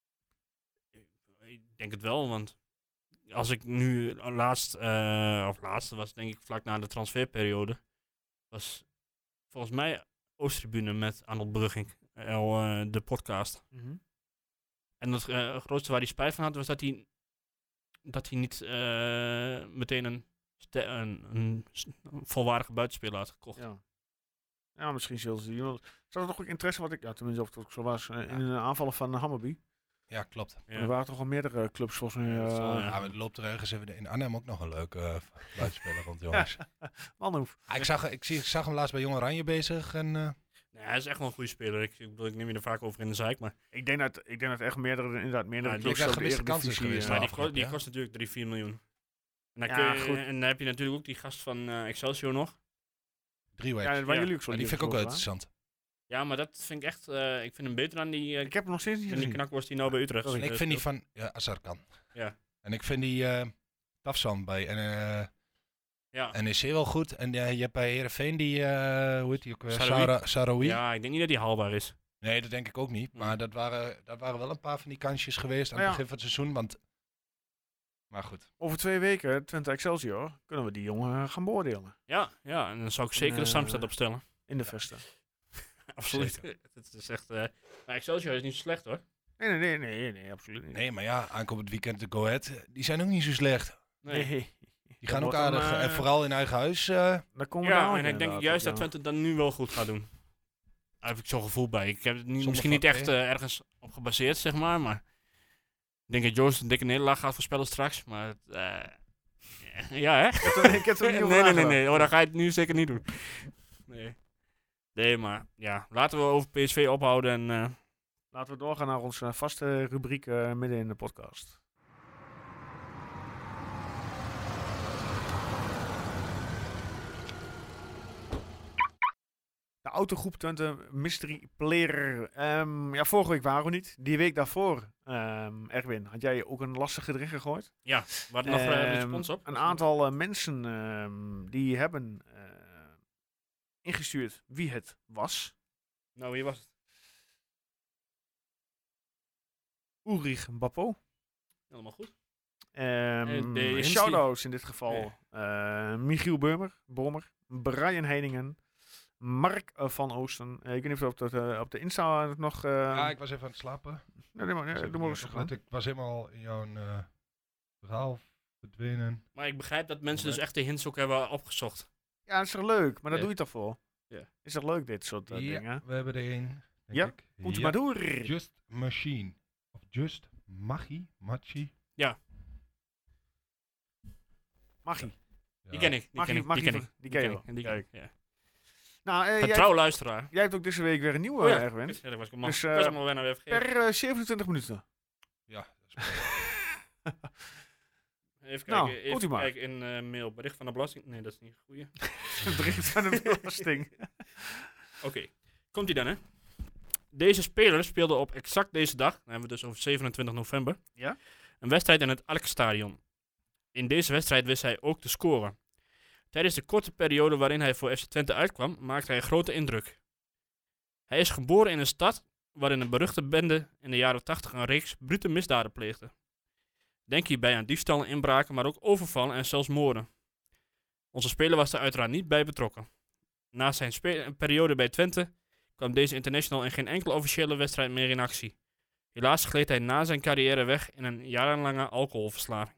S3: Ik denk het wel, want als ik nu laatst, uh, of laatst, was denk ik vlak na de transferperiode, was volgens mij Oosttribune met Arnold Brugging, al uh, de podcast.
S1: Mm-hmm.
S3: En het uh, grootste waar hij spijt van had, was dat hij, dat hij niet uh, meteen een, ste- een, een, een volwaardige buitenspeler had gekocht.
S1: Ja. Ja, misschien zullen ze die wel. Zou er nog ook interesse, wat ik, ja, tenminste of het ook zo was, uh, ja. in een aanvallen van uh, Hammarby?
S4: Ja, klopt.
S1: Ja. Er waren toch al meerdere clubs volgens mij. Uh,
S3: ja,
S4: ja, maar loopt er ergens even in Arnhem ook nog een leuke uh, buitenspeler rond, jongens.
S1: Manhoef.
S4: Ah, ik, zag, ik, zie, ik zag hem laatst bij Jong Oranje bezig en... Uh...
S3: Ja, hij is echt wel een goede speler. Ik, ik, bedoel, ik neem je er vaak over in de zaak, maar...
S1: Ik denk dat, ik denk dat echt meerdere, inderdaad, meerdere
S3: ja,
S1: clubs...
S4: Ik denk dat gemiste kans is geweest.
S3: Maar
S4: Ja,
S3: die, kost, die
S4: ja.
S3: kost natuurlijk drie, vier miljoen. En dan,
S1: Ja,
S3: kun je, en dan heb je natuurlijk ook die gast van uh, Excelsior nog.
S4: Drie
S1: ja, waar
S3: ja.
S1: jullie ook zo
S4: die vind ik ook wel interessant.
S3: Ja, maar dat vind ik echt... Uh, ik vind hem beter dan die... Uh,
S1: ik heb hem nog steeds niet gezien.
S3: Die knakworst die nou bij Utrecht.
S4: En ik
S3: uh,
S4: vind die van... Ja, Azar kan.
S3: Ja.
S4: En ik vind die uh, Tafsan bij uh,
S3: Ja.
S4: N E C wel goed. En uh, je hebt bij Heerenveen die, uh, hoe heet die ook weer?
S3: Saroui.
S4: Sara- Saroui.
S3: Ja, ik denk niet dat die haalbaar is.
S4: Nee, dat denk ik ook niet. Maar dat waren, dat waren wel een paar van die kansjes geweest aan
S1: Ja.
S4: het begin van het seizoen. Want... Maar goed.
S1: Over twee weken, Twente Excelsior, kunnen we die jongen gaan beoordelen.
S3: Ja, ja, en dan zou ik zeker
S1: En,
S3: de
S1: uh,
S3: Samstad opstellen.
S1: In de vesten.
S3: Absoluut. Het is echt... Uh, maar Excelsior is niet zo slecht hoor.
S1: Nee, nee, nee, nee, nee, absoluut niet.
S4: Nee, maar ja, aankomend weekend de Go Ahead, die zijn ook niet zo slecht.
S3: Nee.
S1: Nee.
S4: Die gaan ook
S1: wordt een,
S4: aardig.
S1: uh,
S4: en vooral in eigen huis. Uh,
S1: Daar komen we
S3: Ja,
S1: dadelijk
S3: en ik denk
S1: inderdaad
S3: juist
S1: op,
S3: dat
S1: ja.
S3: Twente dat nu wel goed gaat doen. Daar heb ik zo'n gevoel bij. Ik heb het niet,
S4: Zonder
S3: misschien niet
S4: vak,
S3: echt uh, ergens op gebaseerd, zeg maar. Maar ik denk dat Joost een dikke nederlaag gaat voorspellen straks. Maar het, uh, ja, hè?
S1: Ik heb er- ik heb er niet
S3: nee,
S1: over
S3: nee, nee,
S1: nagedacht.
S3: nee. Oh, dat ga je het nu zeker niet doen. Nee. Nee, maar ja. Laten we over P S V ophouden en... Uh,
S1: Laten we doorgaan naar onze vaste rubriek uh, midden in de podcast. De autogroep Twente Mystery Player. Um, ja, vorige week waren we niet. Die week daarvoor, um, Erwin, had jij ook een lastige erin gegooid.
S3: ja, we hadden nog uh,
S1: Um,
S3: respons op.
S1: Een aantal uh, mensen um, die hebben uh, ingestuurd wie het was.
S3: Nou, wie was het?
S1: Ulrich Bappo.
S3: Helemaal goed.
S1: Um,
S3: de
S1: Shoutouts in dit geval.
S3: Ja.
S1: Uh, Michiel Beumer, Bommer, Brian Heiningen, Mark uh, van Oosten. Uh, ik weet niet of op de, uh, op de Insta nog... Uh,
S4: ja, ik was even aan het slapen.
S1: Nee, nee, maar, nee,
S4: Ik was
S1: doe maar rustig aan.
S4: ik was helemaal in jouw uh, verhaal verdwenen.
S3: Maar ik begrijp dat mensen
S4: Moment.
S3: dus echt de hints ook hebben opgezocht.
S1: Ja, dat is toch leuk, maar daar
S3: Ja.
S1: doe je toch voor?
S3: Ja.
S1: Is toch leuk, dit soort uh,
S4: ja,
S1: dingen?
S4: we hebben er één.
S1: Ja,
S4: ik.
S1: Komt
S4: ja.
S1: maar door.
S4: Just Machine. Of Just Machi. Machi.
S1: Magie.
S4: Ja.
S3: Die ken ik. Die
S1: Magie-
S3: ken ik.
S1: Magie
S3: Die ken
S1: van-
S3: ik.
S1: die ken je
S3: ik,
S1: wel.
S3: Die ken ik.
S1: Kijk.
S3: Ja.
S1: Nou, uh,
S3: Een
S1: jij,
S3: trouw luisteraar.
S1: jij hebt ook deze week weer een nieuwe,
S3: Oh ja.
S1: Erwin.
S3: Ja, dat was ik hem al.
S1: Dus,
S3: Ik was
S1: uh,
S3: hem al bijna weer vergeten.
S1: Per uh, zevenentwintig minuten.
S4: Ja, dat is mooi.
S3: Even kijken,
S1: Nou,
S3: even
S1: komt-ie maar.
S3: kijken in uh, mail. Bericht van de belasting. Nee, dat is niet een goeie.
S1: Het bericht van de belasting.
S3: Oké, okay. Komt-ie dan, hè? Deze speler speelde op exact deze dag, dan hebben we het dus over zevenentwintig november,
S1: Ja?
S3: een wedstrijd in het Alkstadion. In deze wedstrijd wist hij ook te scoren. Tijdens de korte periode waarin hij voor F C Twente uitkwam, maakte hij een grote indruk. Hij is geboren in een stad waarin een beruchte bende in de jaren tachtig een reeks brute misdaden pleegde. Denk hierbij aan diefstallen, inbraken, maar ook overvallen en zelfs moorden. Onze speler was er uiteraard niet bij betrokken. Na zijn spe- periode bij Twente kwam deze international in geen enkele officiële wedstrijd meer in actie. Helaas gleed hij na zijn carrière weg in een jarenlange alcoholverslaving.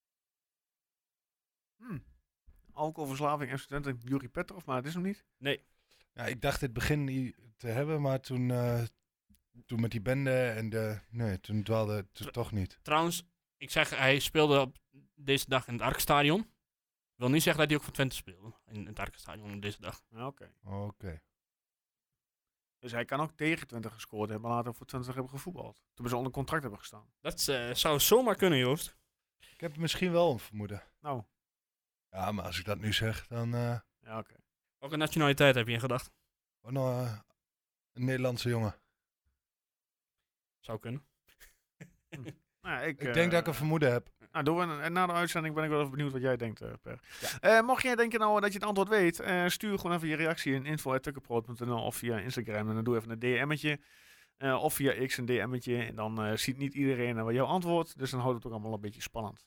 S1: Hmm. Alcoholverslaving, F C Twente, Juri Petrov, maar het is hem niet.
S3: Nee,
S4: Ja, ik dacht het begin niet te hebben, maar toen, uh, toen met die bende en de... Nee, toen dwaalde het
S3: Tr-
S4: toch niet.
S3: trouwens, ik zeg, hij speelde op deze dag in het Arkstadion. Wil niet zeggen dat hij ook voor Twente speelde in het Arkstadion op deze dag.
S1: Ja, Oké.
S4: Oké. Okay.
S1: Dus hij kan ook tegen Twente gescoord hebben, maar later voor Twente hebben gevoetbald. Toen ze onder contract hebben gestaan.
S3: Dat uh, zou zomaar kunnen, Joost.
S4: Ik heb misschien wel een vermoeden.
S1: Nou,
S4: Ja, maar als ik dat nu zeg, dan... Uh,
S1: ja, oké.
S3: Welke nationaliteit heb je in gedachten?
S4: oh, nou, uh, een Nederlandse jongen.
S3: Zou kunnen.
S1: Nou, ik
S4: Ik
S1: uh,
S4: denk dat ik een vermoeden heb.
S1: Nou, doen we een- en na de uitzending ben ik wel even benieuwd wat jij denkt, uh, Per. Ja. Uh, mocht jij denken nou dat je het antwoord weet, uh, stuur gewoon even je reactie in info at tukkenproot punt n l of via Instagram. En dan doe even een D M'tje. Uh, of via X een D M'tje. En dan uh, ziet niet iedereen uh, jouw antwoord. Dus dan houdt het ook allemaal een beetje spannend.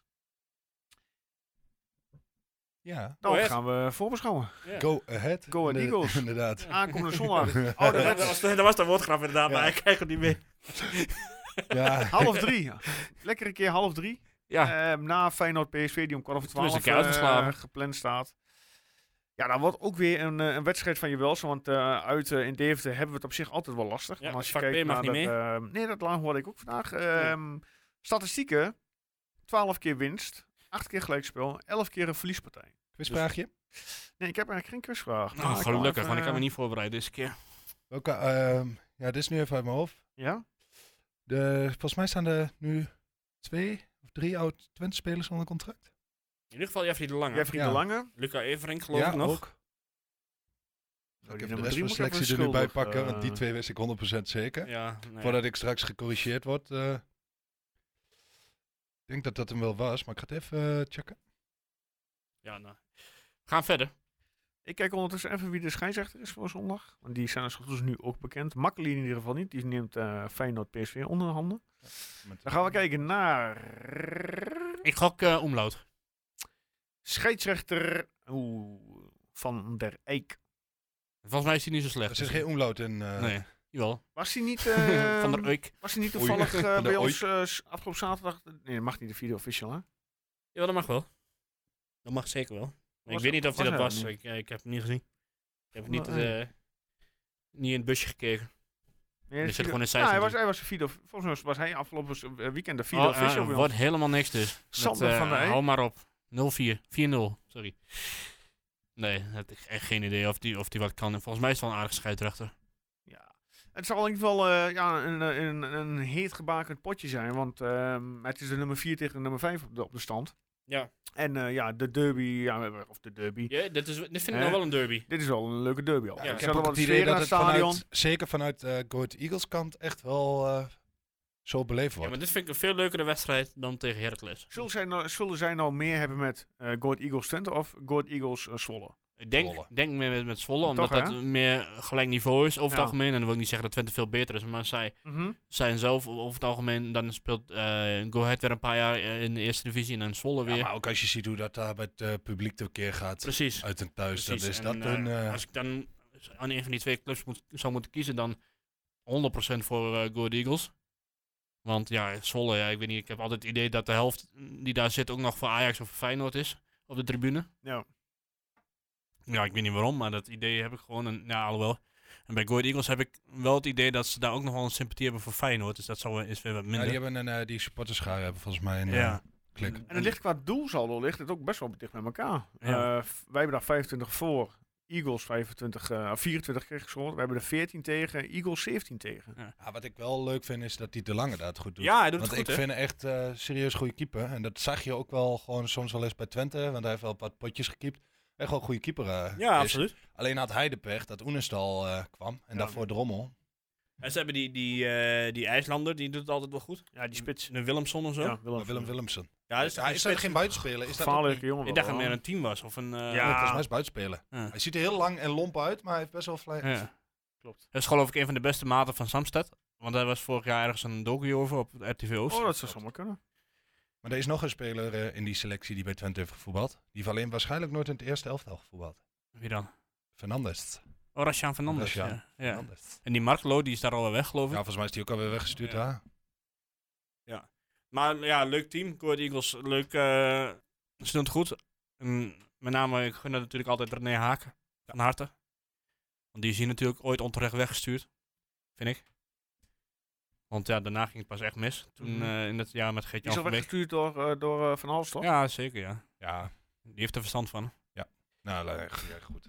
S4: Ja.
S1: Dan
S3: Go ahead.
S1: gaan we voorbeschouwen.
S3: Ja.
S4: Go ahead.
S1: Go ahead
S4: Inderdaad-
S1: Eagles.
S4: Inderdaad.
S1: Aankomende zondag.
S3: dat,
S1: Ouderwets.
S3: was, dat was de woordgrap inderdaad,
S4: Ja.
S3: maar ik krijg het niet mee.
S4: Ja.
S1: half drie. Lekker een keer half drie.
S3: Ja,
S1: Uh, na Feyenoord P S V die om kwart over
S3: Toen is
S1: twaalf
S3: een keer uitgeslagen.
S1: uh, gepland staat. Ja, dan wordt ook weer een, uh, een wedstrijd van je welste. Want uh, uit uh, in Deventer hebben we het op zich altijd wel lastig.
S3: Ja,
S1: Want als je
S3: vak B
S1: kijkt
S3: mag
S1: naar
S3: niet
S1: dat, uh, nee, dat lang hoorde ik ook vandaag. Um, statistieken. twaalf keer winst. acht keer gelijkspel. elf keer een verliespartij.
S4: Quizvraagje.
S1: Nee, ik heb eigenlijk geen quizvraag.
S3: nou,
S1: Maar ik kan
S3: gelukkig,
S1: even,
S3: want ik heb me
S1: uh,
S3: niet voorbereid deze keer.
S4: Welke, uh, ja, dit is nu even uit mijn hoofd.
S1: Ja?
S4: De, volgens mij staan er nu twee of drie oud Twente spelers onder contract.
S3: In ieder geval Jeffrey de Lange.
S1: Jeffrey
S4: Ja.
S1: de Lange.
S3: Luca Everink geloof
S4: ja,
S3: ik nog.
S4: ook.
S1: Oh,
S4: Ik
S1: die
S4: heb de
S1: nummer
S4: rest
S1: drie
S4: van de
S1: moet ik even
S4: selectie er nu bij
S1: schuldig,
S4: pakken,
S1: uh,
S4: want die twee wist ik honderd procent zeker.
S3: Ja, nee.
S4: Voordat ik straks gecorrigeerd word. Uh, Ik denk dat dat hem wel was, maar ik ga het even uh, checken.
S3: Ja, nou. We gaan verder.
S1: Ik kijk ondertussen even wie de scheidsrechter is voor zondag. Want die zijn dus nu ook bekend. Makkeli in ieder geval niet. Die neemt uh, Feyenoord P S V onder de handen. Ja, dan gaan we kijken naar...
S3: Ik gok uh, Omlaut.
S1: Scheidsrechter oeh, Van der Eyck.
S3: Volgens mij is hij niet zo slecht.
S4: Er zit geen Omlaut in. Uh...
S3: Nee, jawel.
S1: Was hij niet... Uh,
S3: Van der Eyck.
S1: Was hij niet toevallig uh, bij ons uh, afgelopen zaterdag... Nee, dat mag niet de video official, hè?
S3: Ja, dat mag wel. Dat mag zeker wel. Ik weet niet of hij dat was. Ik, ik heb het niet gezien. Ik heb niet, uh, niet in het busje gekeken.
S1: Nee,
S3: er zit
S1: video...
S3: gewoon in
S1: ja, hij was, hij was de video... Volgens mij was hij afgelopen weekend de video
S3: oh,
S1: official.
S3: Het wordt helemaal niks dus.
S1: Sander
S3: uh,
S1: van der Eyck.
S3: Hou maar op. nul vier. vier nul. Sorry. Nee, ik heb echt geen idee of die, of die wat kan. Volgens mij is het wel een aardige scheidsrechter.
S1: Ja. Het zal in ieder geval uh, ja, een, een, een heet gebakend potje zijn. Want uh, het is de nummer vier tegen de nummer vijf op de, op de stand.
S3: Ja.
S1: En uh, ja, de derby, ja, of de derby.
S3: Ja, dit, is, dit vind ik eh? nog wel een derby.
S1: Dit is wel een leuke derby al.
S4: Ja,
S1: Ja,
S4: ik heb ook het idee dat het
S1: stadion.
S4: vanuit, zeker vanuit uh, Go Ahead Eagles kant echt wel uh, zo beleefd wordt.
S3: Ja, maar dit vind ik een veel leukere wedstrijd dan tegen Heracles.
S1: Zullen zij nou, zullen zij nou meer hebben met uh, Go Ahead Eagles Twente of Go Ahead Eagles uh, Zwolle?
S3: Ik denk, denk meer met, met Zwolle, omdat
S1: Toch,
S3: dat hè? meer gelijk niveau is over
S1: ja.
S3: het algemeen. En dan wil ik niet zeggen dat Twente veel beter is, maar zij
S1: Mm-hmm.
S3: zijn zelf over het algemeen, dan speelt uh, Go Ahead weer een paar jaar in de eerste divisie en dan Zwolle weer.
S4: Ja, maar ook als je ziet hoe dat daar bij het uh, publiek tekeer gaat.
S3: Precies.
S4: Uit en thuis,
S3: Precies.
S4: dat is
S3: en,
S4: dat een... Uh,
S3: als ik dan aan een van die twee clubs moet, zou moeten kiezen, dan honderd procent voor uh, Go Ahead Eagles. Want ja, Zwolle, ja, ik weet niet, ik heb altijd het idee dat de helft die daar zit ook nog voor Ajax of voor Feyenoord is op de tribune.
S1: Ja.
S3: Ja, ik weet niet waarom, maar dat idee heb ik gewoon. En, ja, alhoewel. En bij Go Ahead Eagles heb ik wel het idee dat ze daar ook nog wel een sympathie hebben voor Feyenoord. Dus dat zou, is weer wat minder.
S4: Ja, die hebben een, uh, die supporterschaar hebben volgens mij een
S3: ja.
S4: uh, klik.
S1: En het ligt qua doelsaldo ligt het ook best wel dicht met elkaar.
S3: Ja.
S1: Uh, f- wij hebben daar vijfentwintig voor. Eagles vijfentwintig, uh, vierentwintig kreeg gescoord. We hebben er veertien tegen. Eagles zeventien tegen.
S3: Ja.
S4: Ja, wat ik wel leuk vind is dat hij de Lange dat goed doet.
S3: Ja, hij doet
S4: Want
S3: het goed,
S4: ik
S3: hè?
S4: vind echt uh, serieus goede keeper. En dat zag je ook wel gewoon soms wel eens bij Twente. Want hij heeft wel wat potjes gekiept. Echt wel een goede keeper. Uh,
S3: Ja,
S4: is.
S3: absoluut.
S4: Alleen had hij de pech dat Oenestal uh, kwam. En
S1: Ja.
S4: daarvoor Drommel.
S3: En ze hebben die, die, uh, die IJslander, die doet het altijd wel goed.
S1: Ja, die spits.
S3: Een Willemson of zo.
S1: Ja,
S4: Willem, Willem Willemsen.
S3: Ja,
S4: Dus hij is dat geen buitenspeler? Is dat ook
S1: Gevaarlijke
S4: niet?
S1: jongen.
S3: Ik dacht
S1: wel,
S3: dat meer
S1: hoor.
S3: een team was. Of een, uh,
S1: Ja.
S4: Nee, volgens mij is buitenspeler.
S3: Ja.
S4: Hij ziet er heel lang en lomp uit, maar hij heeft best wel vlei.
S3: Ja.
S1: Klopt.
S3: Dat is geloof ik een van de beste maten van Samsted. Want daar was vorig jaar ergens een docu over op R T V Oost.
S1: Oh, dat zou zomaar kunnen.
S4: Maar er is nog een speler uh, in die selectie die bij Twente heeft gevoetbald. Die heeft alleen waarschijnlijk nooit in het eerste elftal gevoetbald.
S3: Wie dan?
S4: Fernandes.
S3: Oh, Rashaan Fernandes.
S4: Rashaan
S3: Ja. Ja.
S4: Fernandes.
S3: En die Marklo, die is daar alweer weg, geloof ik.
S4: Ja, volgens mij is die ook alweer weggestuurd.
S3: Ja.
S4: Ja.
S3: Maar ja, leuk team. Go Ahead Eagles, leuk. Uh, ze doen het goed. En met name, ik gun dat natuurlijk altijd René Haken. Van harte. Want die is hier natuurlijk ooit onterecht weggestuurd. Vind ik. Want ja, daarna ging het pas echt mis. Toen
S1: Mhm.
S3: uh, in het jaar met
S1: Die
S3: Geert-Jan
S1: is al
S3: van Beek.
S1: weggestuurd door, uh, door uh, Van Hals, toch?
S3: Ja, zeker ja.
S4: Ja,
S3: Die heeft er verstand van.
S4: nou, uh, goed. Ja, goed.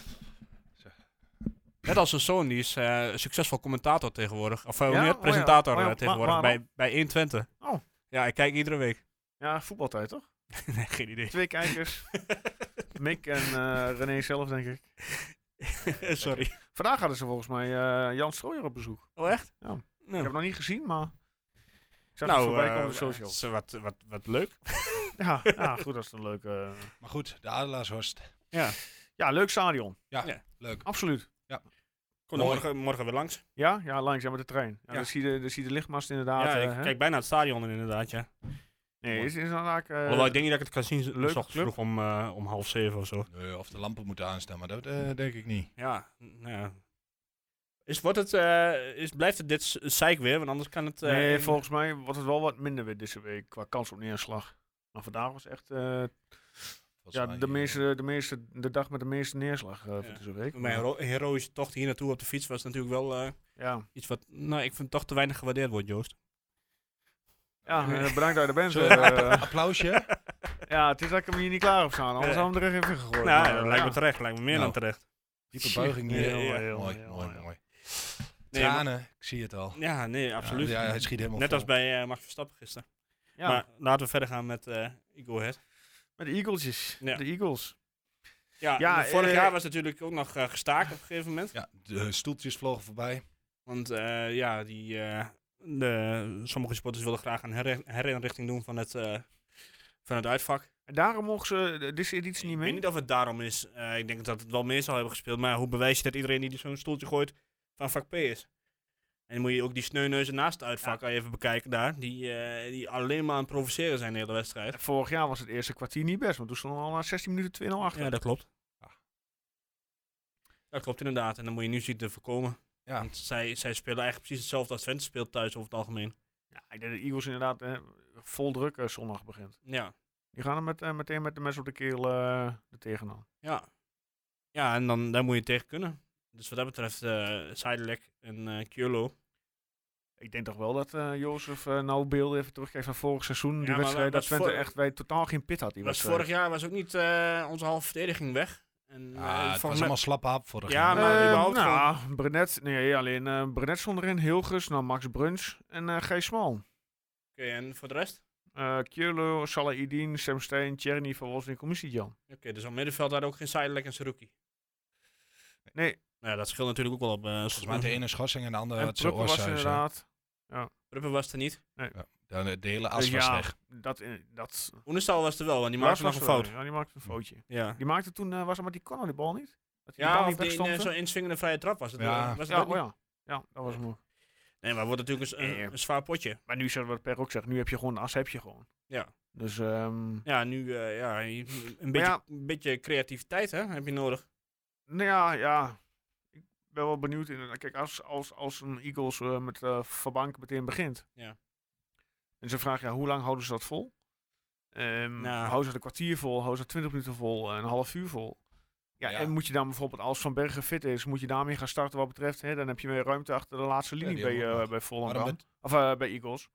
S3: Net als zijn zoon, die is uh, succesvol commentator tegenwoordig. Of uh,
S1: Ja?
S3: meer
S1: Oh,
S3: presentator
S1: ja. Oh, ja.
S3: uh, tegenwoordig
S1: Wa-
S3: bij,
S1: waarom?
S3: bij honderdtwintig.
S1: Oh.
S3: Ja, ik kijk iedere week.
S1: Ja, voetbaltijd, toch?
S3: Nee, geen idee.
S1: Twee kijkers. Mick en uh, René zelf, denk ik.
S3: Sorry.
S1: Vandaag hadden ze volgens mij uh, Jan Strooijer op bezoek.
S3: Oh, echt?
S1: Ja.
S3: Nou,
S1: Ik heb het nog niet gezien, maar... Ik zag het
S3: nou
S1: voorbij
S3: uh,
S1: komen op de socials.
S3: is, uh, wat, wat, wat leuk.
S1: Ja, ja, goed, dat is een leuke... Uh...
S4: Maar goed, de Adelaarshorst.
S3: Ja.
S1: Ja, leuk stadion.
S4: Ja,
S3: Ja.
S4: leuk.
S1: Absoluut.
S3: Kom
S4: Mooi.
S3: morgen, morgen weer langs.
S1: Ja, ja, langzaam met de trein. Ja,
S3: Ja.
S1: Dan, zie je de, dan zie je de lichtmast inderdaad.
S3: ja,
S1: uh,
S3: ik
S1: hè?
S3: kijk bijna het stadion in, inderdaad, ja.
S1: Nee,
S3: Mooi.
S1: is, is inderdaad... Uh,
S3: Alhoewel, ik denk niet dat ik het kan zien,
S1: leuke
S3: leuke
S1: club.
S3: vroeg om, uh, om half zeven of zo.
S4: Nee, of de lampen moeten aanstaan, maar dat uh, denk ik niet.
S3: Ja, nou ja. Is, wordt het, uh, is, blijft het dit zeik weer? Want anders kan het... Uh,
S1: nee,
S3: in-
S1: volgens mij wordt het wel wat minder weer deze week qua kans op neerslag. Maar vandaag was echt uh,
S4: Volgens
S1: ja,
S4: mij,
S1: de,
S4: uh,
S1: meeste, de, meeste, de dag met de meeste neerslag uh,
S3: Ja.
S1: van deze week.
S3: Mijn hero- heroïsche tocht hier naartoe op de fiets was natuurlijk wel uh,
S1: Ja,
S3: iets wat, nou, ik vind toch te weinig gewaardeerd wordt, Joost.
S1: ja uh, bedankt dat je er bent.
S4: Sorry,
S1: Uh,
S4: applausje.
S1: ja, het is dat ik hem hier niet klaar op staan. Anders
S3: Ja.
S1: hadden we hem er even in gegooid.
S3: Nou,
S1: maar,
S3: dat
S1: uh,
S3: lijkt me
S1: ja.
S3: terecht. Lijkt me meer
S4: Nou.
S3: dan terecht.
S4: Diepe buiging hier.
S1: Heel,
S3: Ja,
S1: heel,
S4: mooi,
S1: heel,
S4: mooi,
S1: heel.
S4: mooi.
S3: Nee,
S4: Tranen, ik zie het al.
S3: Ja, nee, absoluut.
S4: Ja, ja, hij schiet helemaal
S3: Net
S4: vol.
S3: als bij uh, Max Verstappen gisteren.
S1: Ja,
S3: Maar laten we verder gaan met uh, Go Ahead.
S1: met de Eagletjes.
S3: Ja.
S1: De Eagles.
S3: Ja,
S1: Ja,
S3: vorig
S1: eh,
S3: jaar was het natuurlijk ook nog uh, gestaakt op een gegeven moment.
S4: Ja, de stoeltjes vlogen voorbij.
S3: Want uh, ja, die uh, de, sommige supporters wilden graag een her- herinrichting doen van het, uh, van het uitvak.
S1: En daarom mogen ze de- deze editie niet
S3: Ik
S1: mee?
S3: weet niet of het daarom is. Uh, ik denk dat het wel meer zal hebben gespeeld. Maar hoe bewijs je dat iedereen die zo'n stoeltje gooit van vak P is? En dan moet je ook die sneuneuzen naast het uitvak
S1: Ja.
S3: even bekijken daar. Die, uh, die alleen maar aan het provoceren zijn de hele wedstrijd.
S1: Vorig jaar was het eerste kwartier niet best, want toen stonden we al na zestien minuten twee nul achter.
S3: Ja, dat klopt. Dat klopt inderdaad. En dan moet je nu zien te voorkomen.
S4: Ja.
S3: Want zij, zij spelen eigenlijk precies hetzelfde als Twente speelt thuis over het algemeen.
S1: Ja, ik denk dat de Eagles inderdaad eh, vol druk eh, zondag begint.
S3: Ja.
S1: Die gaan er met, eh, meteen met de mes op de keel eh er tegenaan.
S3: Ja. Ja, en dan daar moet je tegen kunnen. Dus wat dat betreft, uh, Zijdelijk en uh, Kjolo.
S1: Ik denk toch wel dat uh, Jozef uh, nou beelden even terugkijkt van vorig seizoen.
S3: Ja,
S1: Die
S3: maar
S1: wedstrijd dat
S3: was
S1: Twente
S3: voor-
S1: echt bij totaal geen pit had. Die
S3: Was
S1: wedstrijd.
S3: vorig jaar was ook niet uh, onze halve verdediging weg. En,
S4: Ja,
S3: uh,
S4: het
S3: volgens
S4: was
S3: mij-
S4: allemaal slappe hap vorig
S3: Ja,
S4: jaar.
S3: maar
S1: Eh,
S3: überhaupt
S1: nou, Brenet, nee, alleen uh, Brenet stond erin, Hilgers, nou Max Bruns en uh, Gijs Smal.
S3: Oké, okay, en voor de rest?
S1: Uh, Kjolo, Salahidin, Sam Stein, Tjerni van Wolfswinkel, Commissie-Jan.
S3: Oké, okay, dus op middenveld had ook geen Zijdelijk en Saruki.
S1: Nee,
S3: Nou ja, dat scheelt natuurlijk ook wel op. Uh,
S4: Volgens mij had de ene schorsing en de andere
S1: en
S4: had zijn
S1: Pruppen was
S4: oorsuis. hè.
S1: inderdaad.
S3: Pruppen was er niet.
S4: Ja, de, de hele as
S1: Dus
S4: was
S1: ja,
S4: weg.
S1: dat, eh, dat
S3: Oenestal was er wel, want die maakte nog
S1: was
S3: een
S1: wel-
S3: fout.
S1: Ja, die maakte een foutje.
S3: Ja,
S1: Die maakte toen, uh, was het met die corner die bal niet? Dat die bal
S3: ja
S1: niet
S3: of die
S1: wegstampte?
S3: uh, zo'n inswingende vrije trap was het.
S4: Ja.
S3: uh, was het
S1: Ja,
S3: dat
S1: oh
S3: niet?
S1: ja. Ja, dat was mooi.
S3: Nee, maar het wordt natuurlijk een,
S1: Nee.
S3: een, een zwaar potje.
S1: Maar nu is het wat Per ook zegt, nu heb je gewoon de as, heb je gewoon.
S3: Ja.
S1: Dus, ehm
S3: Ja, nu uh, ja, je- een, beetje,
S1: ja.
S3: een beetje creativiteit hè, heb je nodig.
S1: nou ja, ja. Ik ben wel benieuwd. In, kijk, als, als, als een Eagles uh, met uh, Verbank meteen begint.
S3: Ja.
S1: En ze vragen, ja, hoe lang houden ze dat vol? Um,
S3: Nou.
S1: Houden ze het een kwartier vol? Houden ze het twintig minuten vol? Een half uur vol? Ja,
S4: Ja.
S1: en moet je dan bijvoorbeeld, als Van Bergen fit is, moet je daarmee gaan starten wat betreft, hè, dan heb je meer ruimte achter de laatste
S4: Ja,
S1: linie
S4: die
S1: bij,
S4: hebben we
S1: uh,
S4: ook
S1: bij
S4: Maar
S1: Volendam.
S4: dan met-
S1: Of uh, bij Eagles.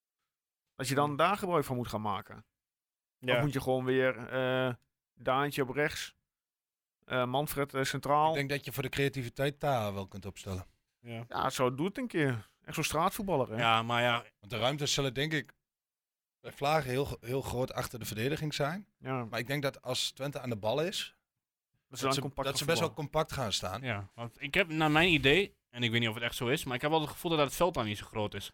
S1: Dat je dan daar gebruik van moet gaan maken.
S3: Ja.
S1: Of moet je gewoon weer uh, Daantje op rechts, uh, Manfred uh, centraal.
S4: Ik denk dat je voor de creativiteit daar wel kunt opstellen.
S3: Ja.
S1: Ja, zo doe het een keer. Echt zo'n straatvoetballer, hè?
S3: ja, maar ja,
S4: Want de ruimtes zullen denk ik bij Vlagen heel, heel groot achter de verdediging zijn.
S1: Ja,
S4: Maar ik denk dat als Twente aan de bal is,
S1: dat ze,
S4: dat
S1: dan
S4: ze,
S1: compact
S4: dat ze
S1: gaan
S4: best wel
S1: voetballen.
S4: compact gaan staan.
S3: ja, want ik heb naar mijn idee, en ik weet niet of het echt zo is, maar ik heb wel het gevoel dat het veld dan niet zo groot is.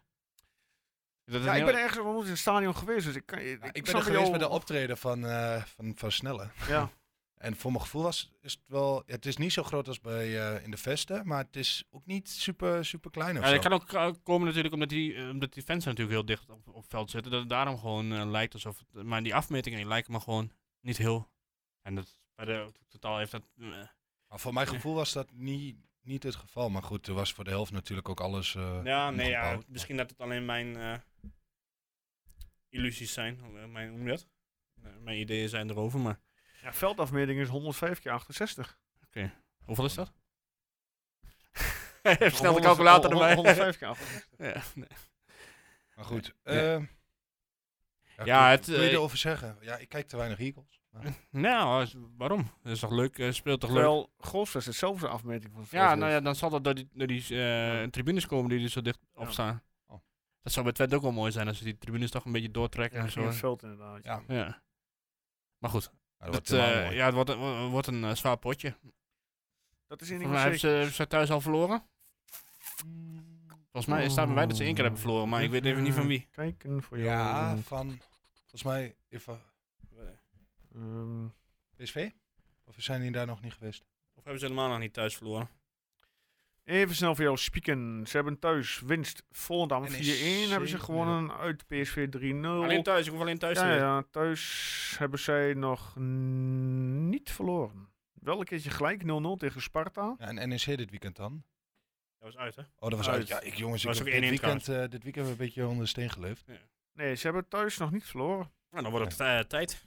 S3: Dat is
S1: Ja,
S3: een
S1: ik
S3: heel-
S1: ben ergens wel nooit in het stadion geweest, dus ik kan... Ik,
S4: Ja,
S1: ik,
S4: ik ben
S1: snap
S4: er geweest
S1: jou-
S4: bij de optreden van, eh, van, van Snelle.
S1: Ja,
S4: En voor mijn gevoel was, is het wel... Het is niet zo groot als bij eh, in de Vesten, maar het is ook niet super, super klein of
S3: Ja,
S4: zo.
S3: dat kan ook uh, komen natuurlijk omdat die, uh, omdat die fans natuurlijk heel dicht op, op het veld zitten. Dat het daarom gewoon uh, lijkt alsof het... Maar die afmetingen die lijken me gewoon niet heel... En dat, bij de totaal heeft dat... Uh,
S4: Maar voor mijn gevoel was dat niet, niet het geval. Maar goed, er was voor de helft natuurlijk ook alles uh,
S3: ja, nee, ja,
S4: omgebouwd.
S3: misschien dat het alleen mijn uh, illusies zijn. Uh, mijn, hoe noem je dat? Uh, mijn ideeën zijn erover, maar...
S1: ja, veldafmeting is honderdvijf keer achtenzestig.
S3: Hoeveel is dat? Even snel de
S1: honderd-
S3: calculator
S1: honderd-
S3: erbij.
S1: honderdvijf keer achtenzestig.
S3: ja, nee.
S4: Maar goed.
S3: Ja.
S4: eh ja,
S3: Ja,
S4: kun-
S3: het,
S4: kun je
S3: eh,
S4: erover zeggen? Ja, ik kijk te weinig Eagles. Maar-
S3: Nou, is- waarom? Dat is toch leuk? Uh, speelt toch leuk?
S1: Terwijl Golfsvest hetzelfde afmeting van het
S3: Ja,
S1: veld
S3: nou ja,
S1: heeft.
S3: dan zal dat door die, door die uh, tribunes komen die er zo dicht op
S1: Ja.
S3: staan.
S4: Oh.
S3: Dat zou bij Twente ook wel mooi zijn als ze die tribunes toch een beetje doortrekken
S1: Ja,
S3: en
S1: in
S3: zo.
S1: het veld inderdaad.
S4: Ja,
S3: Ja. Maar goed,
S4: dat wordt
S3: dat,
S4: helemaal
S3: uh,
S4: mooi.
S3: ja, het wordt, een- wo- wordt een uh, zwaar potje.
S1: Dat is in
S3: Volgens
S1: ieder
S3: mij hebben
S1: geval
S3: ze, hebben ze thuis al verloren. Volgens mij staat bij mij dat ze één keer hebben verloren, maar ik weet even niet van wie.
S1: Kijken voor jou.
S4: Ja, van volgens mij even
S1: Ehm,
S4: P S V? Of zijn die daar nog niet geweest?
S3: Of hebben ze helemaal nog niet thuis verloren?
S1: even snel voor jou spieken. Ze hebben thuis winst Volendam
S4: En is
S1: vier één. Hebben ze
S4: zeven,
S1: gewonnen uit P S V drie nul.
S3: Alleen thuis, ik hoef alleen thuis te
S1: Ja,
S3: weten.
S1: ja, thuis hebben zij nog n- niet verloren. Wel een keertje gelijk, nul nul tegen Sparta.
S4: Ja, en N E C dit weekend dan?
S3: Dat was uit, hè?
S4: Oh, dat was
S1: Uit.
S4: uit. Ja, ik, jongens, ik
S3: Was
S4: heb
S3: ook
S4: dit
S3: één één
S4: weekend, eh, dit weekend een beetje onder de steen geleefd.
S1: Nee, ze hebben thuis nog niet verloren.
S3: Nou, dan wordt het uh, tijd.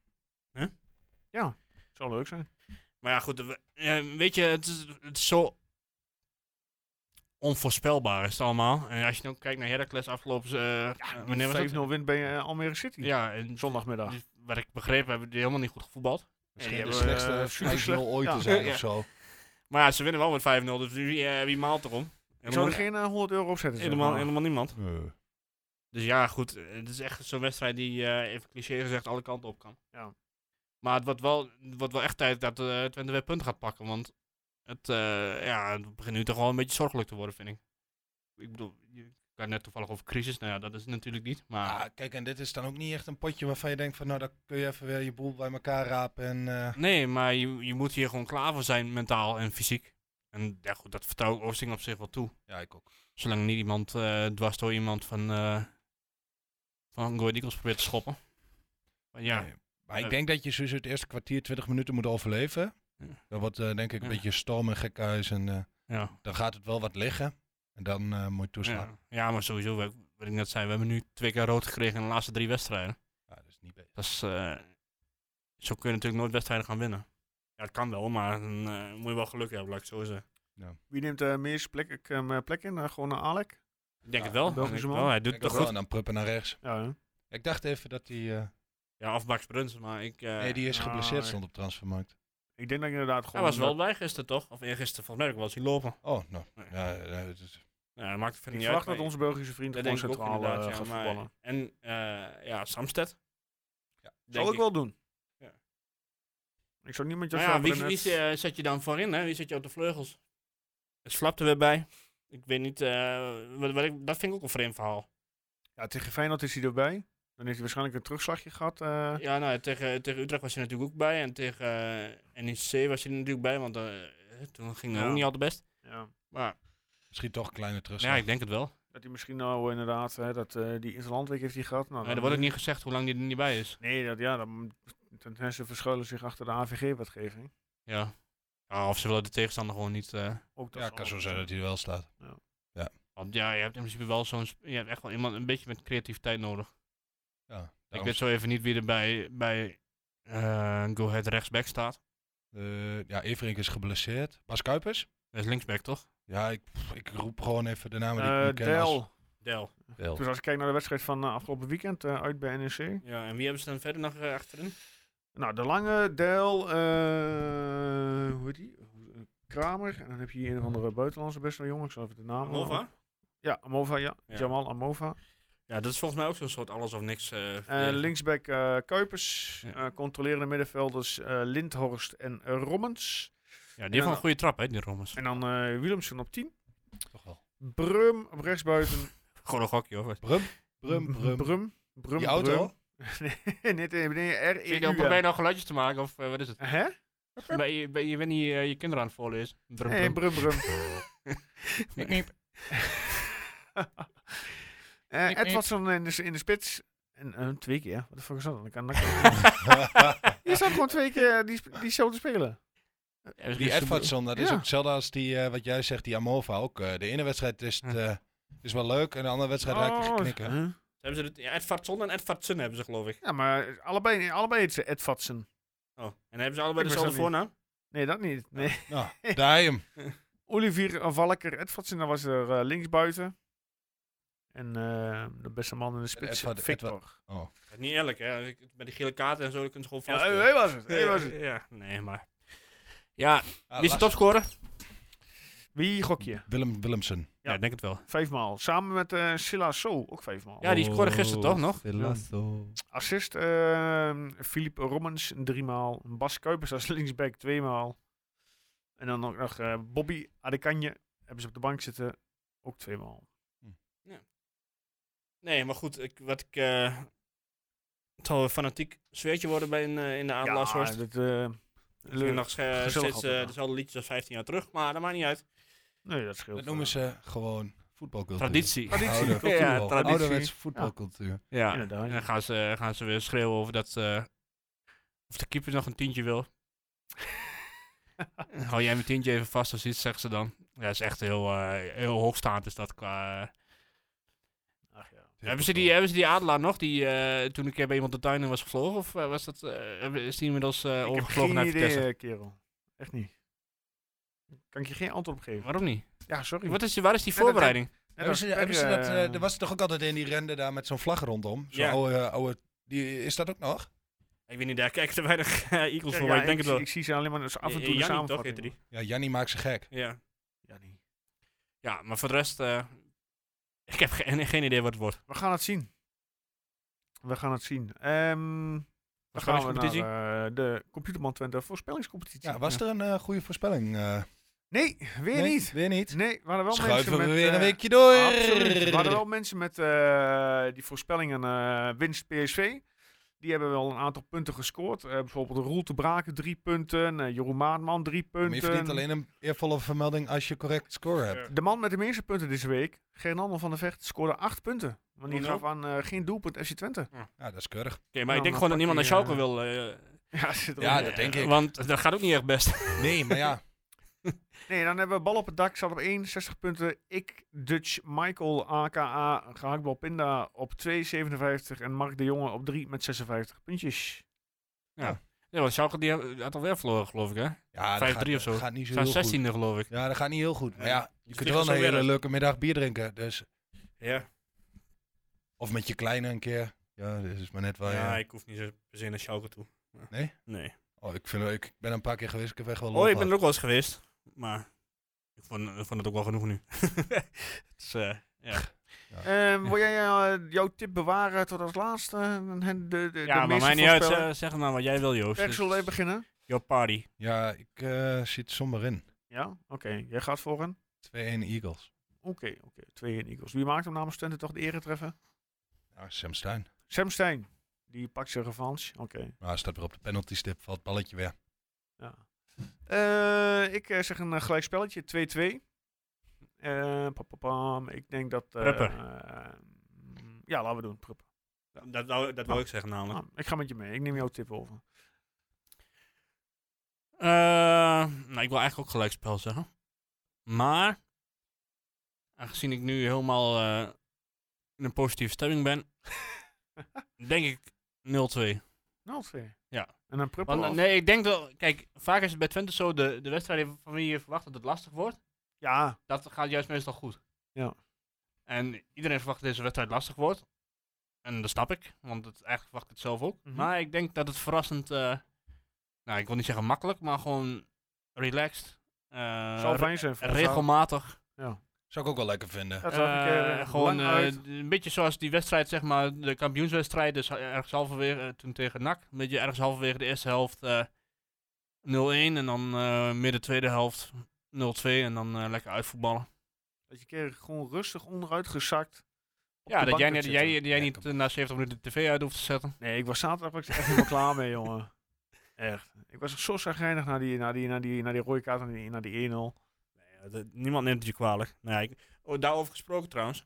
S1: Zou leuk zijn.
S3: Maar ja, goed. we- ja, weet je, het is, het is zo onvoorspelbaar is het allemaal. En als je dan kijkt naar Heracles afgelopen... Uh, ja, wanneer was
S1: vijf
S3: dat?
S1: nul wint bij uh, Almere City.
S3: Ja, en
S1: Zondagmiddag.
S3: die- wat ik begrepen hebben die helemaal niet goed gevoetbald.
S4: Het
S1: die
S4: schijnt de
S1: hebben,
S4: slechtste
S1: eh, super
S4: vijf nul
S1: slecht-
S4: ooit
S1: ja.
S4: te zijn
S3: Ja.
S4: of zo.
S3: Maar ja, ze winnen wel met vijf nul, dus wie, uh, wie maalt erom?
S1: Ik zou
S3: Helemaal,
S1: er geen uh, honderd euro op zetten. zeg
S3: helemaal,
S1: maar.
S3: helemaal niemand.
S4: Eh.
S3: Dus ja, goed. eh, Het is echt zo'n wedstrijd die, uh, even cliché gezegd, alle kanten op kan.
S1: Ja.
S3: Maar het wordt wel, het wordt wel echt tijd dat uh, Twente weer punten gaat pakken. Want het, uh, ja, het begint nu toch wel een beetje zorgelijk te worden, vind ik. ik bedoel, je kan net toevallig over crisis. Nou ja, dat is het natuurlijk niet. Maar
S4: Ah, kijk, en dit is dan ook niet echt een potje waarvan je denkt van, nou, dan kun je even weer je boel bij elkaar rapen en... eh,
S3: nee, maar je, je moet hier gewoon klaar voor zijn, mentaal en fysiek. En ja, goed, dat vertrouw ik Oosting op zich wel toe.
S4: Ja, ik ook.
S3: Zolang niet iemand uh, dwars door iemand van, uh, van Go Ahead Eagles probeert te schoppen. Maar ja.
S4: Nee, maar ik denk dat je sowieso het eerste kwartier, twintig minuten moet overleven.
S3: Ja.
S4: Dan wordt uh, denk ik een
S3: Ja.
S4: beetje storm en gekhuis en uh,
S3: Ja.
S4: dan gaat het wel wat liggen. En dan uh, moet je toeslaan.
S3: Ja. ja, maar sowieso, wat ik net zei, we hebben nu twee keer rood gekregen in de laatste drie wedstrijden.
S4: Ja, dat is niet beter.
S3: Dat is, uh, zo kun je natuurlijk nooit wedstrijden gaan winnen. Ja, het kan wel, maar dan uh, moet je wel geluk hebben, laat ik zo zeggen.
S1: Wie neemt de meeste plek, ik, um, plek in? Uh, gewoon naar Alec?
S3: Ik denk
S4: Ja,
S3: het wel.
S1: de Belgische
S3: Ik denk
S1: man.
S3: wel. Hij doet
S4: Ik
S3: het
S4: ook
S3: toch
S4: wel,
S3: goed.
S4: en dan Pruppen naar rechts.
S1: Ja, hè?
S4: Ik dacht even dat hij... Uh,
S3: Ja, of Max Bruns, maar ik... Uh,
S4: nee, die is
S1: ah,
S4: geblesseerd,
S1: ja.
S4: stond op Transfermarkt.
S1: Ik denk dat ik inderdaad
S3: hij
S1: gewoon...
S3: was wel bij gisteren, toch? Of eergisteren, volgens mij heb ik wel zien lopen.
S4: Oh, nou.
S3: Nee.
S4: Ja, ja, het is...
S3: Ja, dat maakt het
S1: Ik
S3: niet
S1: verwacht
S3: uit.
S1: dat onze Belgische vriend
S3: dat
S1: gewoon
S3: denk ik ook
S1: centraal
S3: inderdaad,
S1: uh,
S3: ja,
S1: gaat
S3: maar-
S1: voetballen.
S3: En uh, ja, Samsted.
S4: Ja.
S3: Denk
S1: Zal ik wel doen.
S3: Ja.
S1: Ik zou niet met
S3: Maar
S1: jou
S3: ja, wie,
S1: samen
S3: wie
S1: net-
S3: uh, zet je dan voorin, hè? Wie zet je op de vleugels? Er slapt er weer bij. Ik weet niet, uh, wat, wat ik, dat vind ik ook een vreemd verhaal.
S1: Ja, tegen Feyenoord is hij erbij. Dan heeft hij waarschijnlijk een terugslagje gehad. Uh,
S3: Ja, nou, tegen, tegen Utrecht was hij natuurlijk ook bij. En tegen uh, N E C was hij er natuurlijk bij, want uh, toen ging het
S1: Ja.
S3: ook niet al te best.
S1: ja.
S3: Maar
S4: Misschien toch een kleine terugslag.
S3: ja, ik denk het wel.
S1: Dat hij misschien nou inderdaad, hè, dat, uh, die Interlandweek heeft hij gehad. Nou,
S3: Nee, er
S1: dan-
S3: wordt ook niet gezegd hoe lang die er niet bij is.
S1: Nee, dat, ja, dan ten mensen verschuilen zich achter de A V G-wetgeving.
S3: Ja. ja. Of ze willen de tegenstander gewoon niet... Uh,
S1: Ook dat
S4: Ja,
S1: zal
S4: kan zo
S1: wel.
S4: zijn dat hij er wel staat.
S3: want ja, je hebt in principe wel zo'n... sp- Je hebt echt wel iemand een beetje met creativiteit nodig.
S4: Ja,
S3: Ik
S4: daarom
S3: weet zo even niet wie er bij, bij uh, Go Ahead rechtsback staat.
S4: Uh, ja, Everink is geblesseerd. Bas Kuipers?
S3: Dat is linksback, toch?
S4: Ja, ik, pff, ik roep gewoon even de namen die
S1: Uh,
S4: ik niet ken. als-
S1: Del.
S3: Del.
S4: Del.
S1: Dus als ik kijk naar de wedstrijd van uh, afgelopen weekend uh, uit bij N E C.
S3: Ja, en wie hebben ze dan verder nog uh, achterin?
S1: Nou, De Lange, Del, uh, hoe heet die? Uh, Kramer. En dan heb je hier een of andere buitenlandse best wel jongen. Ik zal even de naam...
S3: Amova?
S1: Ja, Amova, ja.
S3: Ja.
S1: Jamal Amova.
S3: Ja, dat is volgens mij ook zo'n soort alles of niks. Uh,
S1: Uh,
S3: verdediger.
S1: linksback uh, Kuipers.
S3: Ja.
S1: Uh, controlerende middenvelders uh, Lindhorst en uh, Rommens.
S3: ja, die heeft
S1: dan-
S3: wel een goede trap, hè, die Rommers.
S1: En dan uh, Willemsen op tien.
S4: Toch wel.
S1: Brum op rechtsbuiten.
S3: Gewoon een gokje, hoor.
S4: Brum, brum, brum.
S1: Brum. Brum.
S4: Die auto?
S1: Brum. nee, nee, nee, nee, R
S3: Zie je
S1: E
S3: dan
S1: U.
S3: probeer je nou geluidjes te maken, of uh, wat is het?
S1: Hè?
S3: Ben je, ben je, je bent niet uh, je kinderen aan het voorlezen. Brum,
S1: Nee,
S3: brum.
S1: Brum Brum.
S3: Miep, miep.
S1: Uh,
S4: Miep,
S1: Ed
S4: miep.
S1: Watson in de, in de spits. En uh, twee keer, wat de fuck is dat dan? Dan kan, dan kan, je staat gewoon twee keer die, sp- die show te spelen.
S3: Ja,
S4: Die Edvardson, dat is
S1: Ja.
S4: ook hetzelfde als die, uh, wat jij zegt, die Amova ook. Uh, de ene wedstrijd is, het, uh, is wel leuk en de andere wedstrijd raak je geknikken.
S1: huh?
S3: Hebben ze het, ja, Edvardson en Edvardsen hebben ze, geloof ik.
S1: Ja, maar allebei, allebei heet ze Ed Watson.
S3: Oh. En hebben ze allebei
S1: Ik wist
S3: dezelfde
S1: dat niet.
S3: voornaam?
S1: Nee, dat niet. Nee.
S4: Nou, daar hem.
S1: Olivier Valker, Ed Watson, dat was er uh, linksbuiten. En uh, de beste man in de spits,
S4: Edward-
S1: Victor.
S4: Edward- Oh.
S3: Dat is niet eerlijk, hè. Ik- Met die gele kaarten en zo, dan kunnen ze gewoon
S1: Ja,
S3: vast.
S1: hij was het. Hij was het.
S3: Ja, nee, maar... Ja,
S4: Ah,
S3: wie is de
S4: Lars-
S3: topscorer?
S1: Wie gok je?
S4: Willem Willemsen.
S3: Ja,
S1: Ja.
S3: ik denk het wel.
S1: Vijfmaal. Samen met uh, Silla So, ook vijfmaal.
S3: Ja, die scoorde gisteren toch nog?
S1: Assist, uh, Philippe Rommens, driemaal. Bas Kuipers als linksback, tweemaal. En dan ook nog uh, Bobby Adekanje, hebben ze op de bank zitten, ook tweemaal.
S3: Nee, maar goed, ik, wat ik... Uh, het zal een fanatiek sfeertje worden bij een, uh, in de Adelaarshorst.
S1: dat... Uh,
S3: Ik vind nog sche-
S1: gezellig
S3: steeds
S1: altijd,
S3: uh,
S1: ja.
S3: dezelfde liedjes als vijftien jaar terug, maar dat maakt niet uit.
S1: nee, dat scheelt.
S4: Dat noemen
S1: uh,
S4: ze gewoon voetbalcultuur.
S3: Traditie.
S1: Traditie,
S4: Oude,
S1: cultuur.
S3: Ja,
S4: voetbal.
S3: traditie.
S4: Ouderwetse voetbalcultuur.
S3: Ja,
S1: Inderdaad,
S3: en
S1: ja.
S3: dan gaan ze, gaan ze weer schreeuwen over dat... Uh, of de keeper nog een tientje wil. Hou jij mijn tientje even vast of iets, zeggen ze dan. Ja, dat is echt heel, uh, heel hoogstaand is dat qua... Uh,
S1: Ach ja.
S3: hebben, ze die, hebben ze die Adelaar nog, die uh, toen een keer bij iemand de tuin in was gevlogen? Of uh, was dat, uh, is die inmiddels uh,
S1: Ik heb
S3: overgevlogen
S1: geen
S3: naar Vitesse?
S1: idee, uh, kerel. Echt niet. Kan ik je geen antwoord op geven.
S3: Waarom niet?
S1: Ja, sorry.
S3: Wat is die, waar is die
S1: Nee, dat-
S3: voorbereiding?
S1: Net
S4: Hebben
S1: als
S4: ze,
S1: per,
S4: hebben ze dat,
S1: uh,
S4: uh, er was toch ook altijd in die rende daar met zo'n vlag rondom? Zo'n
S3: Ja.
S4: oude, oude, die, is dat ook nog?
S3: Ik weet niet, daar kijken te weinig uh, Eagles
S1: ja,
S3: voor, maar
S1: ja,
S3: ik denk het wel.
S1: Ik zie ze alleen maar dus af en toe
S3: Eh,
S1: de
S3: Jannie, toch,
S1: samenvatting.
S3: heette die?
S4: Ja, Jannie maakt ze gek.
S3: Ja.
S1: Jannie.
S3: Ja, maar voor de rest... Uh, ik heb geen, geen idee wat het wordt.
S1: We gaan het zien. We gaan het zien. Ehm dan gaan we
S3: Voorspellingscompetitie?
S1: naar uh, de Computerman Twente voorspellingscompetitie.
S4: Ja, was er een uh, goede voorspelling? Uh,
S1: Nee, weer
S4: Nee,
S1: niet.
S4: Weer niet.
S1: Nee, we hadden wel
S4: Schuiven
S1: mensen
S4: we
S1: met...
S4: weer
S1: eh,
S4: een weekje door.
S1: Absoluut. We hadden wel mensen met eh, die voorspellingen uh, winst P S V. Die hebben wel een aantal punten gescoord. Uh, bijvoorbeeld Roel te Braken drie punten. Uh, Jeroen Maatman drie punten.
S4: Maar je verdient alleen een eervolle vermelding als je correct score hebt.
S1: De man met de meeste punten deze week, Gernandel van der Vecht, scoorde acht punten. Want die
S3: Oh,
S1: gaf aan uh, geen doelpunt F C Twente.
S4: Ja, dat is keurig.
S3: Oké, maar
S1: Nou,
S3: ik denk
S1: dan
S3: gewoon dat niemand naar
S1: pak
S3: Schalke
S1: je,
S3: wil. Uh,
S1: Ja, zit er
S4: Ja,
S1: ook-
S4: dat denk ik.
S3: Want dat gaat ook niet echt best.
S4: Nee, maar ja.
S1: Nee, dan hebben we bal op het dak, staat op één, zestig punten. Ik, Dutch, Michael, A K A, Gehaktbal Pinda op twee, zevenenvijftig. En Mark de Jonge op drie met zesenvijftig puntjes.
S3: Ja, want Schalke die had alweer verloren, geloof ik, hè?
S4: Ja,
S3: vijf
S4: dat
S3: drie
S4: gaat,
S3: of zo.
S4: gaat niet zo
S3: Zijn
S4: heel goed.
S3: zestiende, geloof ik.
S4: Ja, dat gaat niet heel goed. Maar ja, je
S3: Dus
S4: kunt
S3: vliegen
S4: wel
S3: zo
S4: een
S3: weer
S4: hele
S3: uit.
S4: leuke middag bier drinken. Dus.
S3: Ja.
S4: Of met je kleine een keer. Ja, dat is maar net wel.
S3: Ja,
S4: Ja,
S3: ik hoef niet zo per se naar Schalke toe.
S4: Nee?
S3: Nee.
S4: Oh, ik, vind, ik ben een paar keer geweest. Ik heb echt wel
S3: Oh,
S4: lol
S3: ik ben
S4: gehad.
S3: er ook wel eens geweest. Maar ik vond, ik vond het ook wel genoeg nu. Het is, eh, ja.
S1: Ehm, wil jij uh, jouw tip bewaren tot als laatste? De, de, de,
S3: ja,
S1: de
S3: maar
S1: meeste
S3: mij niet uit.
S1: voorspeller?
S3: Zeg, zeg maar wat jij wil, Joost.
S1: Per, zullen we even beginnen?
S3: Your party.
S4: Ja, ik uh, zit somber in.
S1: Ja, oké. Okay. Jij gaat voor een?
S4: twee-een Eagles.
S1: Oké, okay, oké. Okay. twee-een Eagles. Wie maakt hem namens Twente toch de eretreffen?
S4: Nou, Sam Stein.
S1: Sam Stein. Die pakt zijn revanche. Oké. Okay.
S4: Nou, hij staat weer op de penalty stip. Valt het balletje weer.
S1: Ja. Uh, ik uh, zeg een uh, gelijk spelletje. twee-twee. Uh, ik denk dat... Uh,
S3: Prupper.
S1: Uh, ja, laten we doen. Prupper.
S3: Ja. Dat wou, dat wou oh. ik zeggen namelijk.
S1: Ah, ik ga met je mee. Ik neem jouw tip over.
S3: Uh, nou, ik wil eigenlijk ook gelijkspel zeggen. Maar, aangezien ik nu helemaal uh, in een positieve stemming ben, denk ik nul-twee.
S1: nul-twee?
S3: Ja.
S1: En dan Prupper
S3: Want, nee, ik denk dat, kijk, vaak is het bij Twente zo, de, de wedstrijden van wie je verwacht dat het lastig wordt,
S1: ja.
S3: dat gaat juist meestal goed.
S1: Ja.
S3: En iedereen verwacht dat deze wedstrijd lastig wordt. En dat snap ik, want het, eigenlijk verwacht ik het zelf ook.
S1: Mm-hmm.
S3: Maar ik denk dat het verrassend, uh, nou ik wil niet zeggen makkelijk, maar gewoon relaxed. Uh,
S1: Zal fijn zijn.
S3: re- regelmatig.
S1: Ja.
S4: Zou ik ook wel lekker vinden.
S1: Dat uh, ik, uh,
S3: gewoon uh, een beetje zoals die wedstrijd, zeg maar, de kampioenswedstrijd, dus ergens halverwege, uh, toen tegen N A C, een beetje ergens halverwege de eerste helft uh, nul-een en dan uh, midden tweede helft nul-twee en dan uh, lekker uitvoetballen.
S1: Dat je keer gewoon rustig onderuit gezakt.
S3: Ja, dat jij, net, jij, jij ja, niet uh, na zeventig minuten de tv uit hoeft te zetten.
S1: Nee, ik was zaterdag was ik echt helemaal klaar mee, jongen. Echt. Ik was zo zagrijnig naar die, naar die, naar die, naar die rode kaart, naar die, naar die één-nul.
S3: Nee, dat, niemand neemt het je kwalijk. Nou, ja, ik, oh, daarover gesproken trouwens.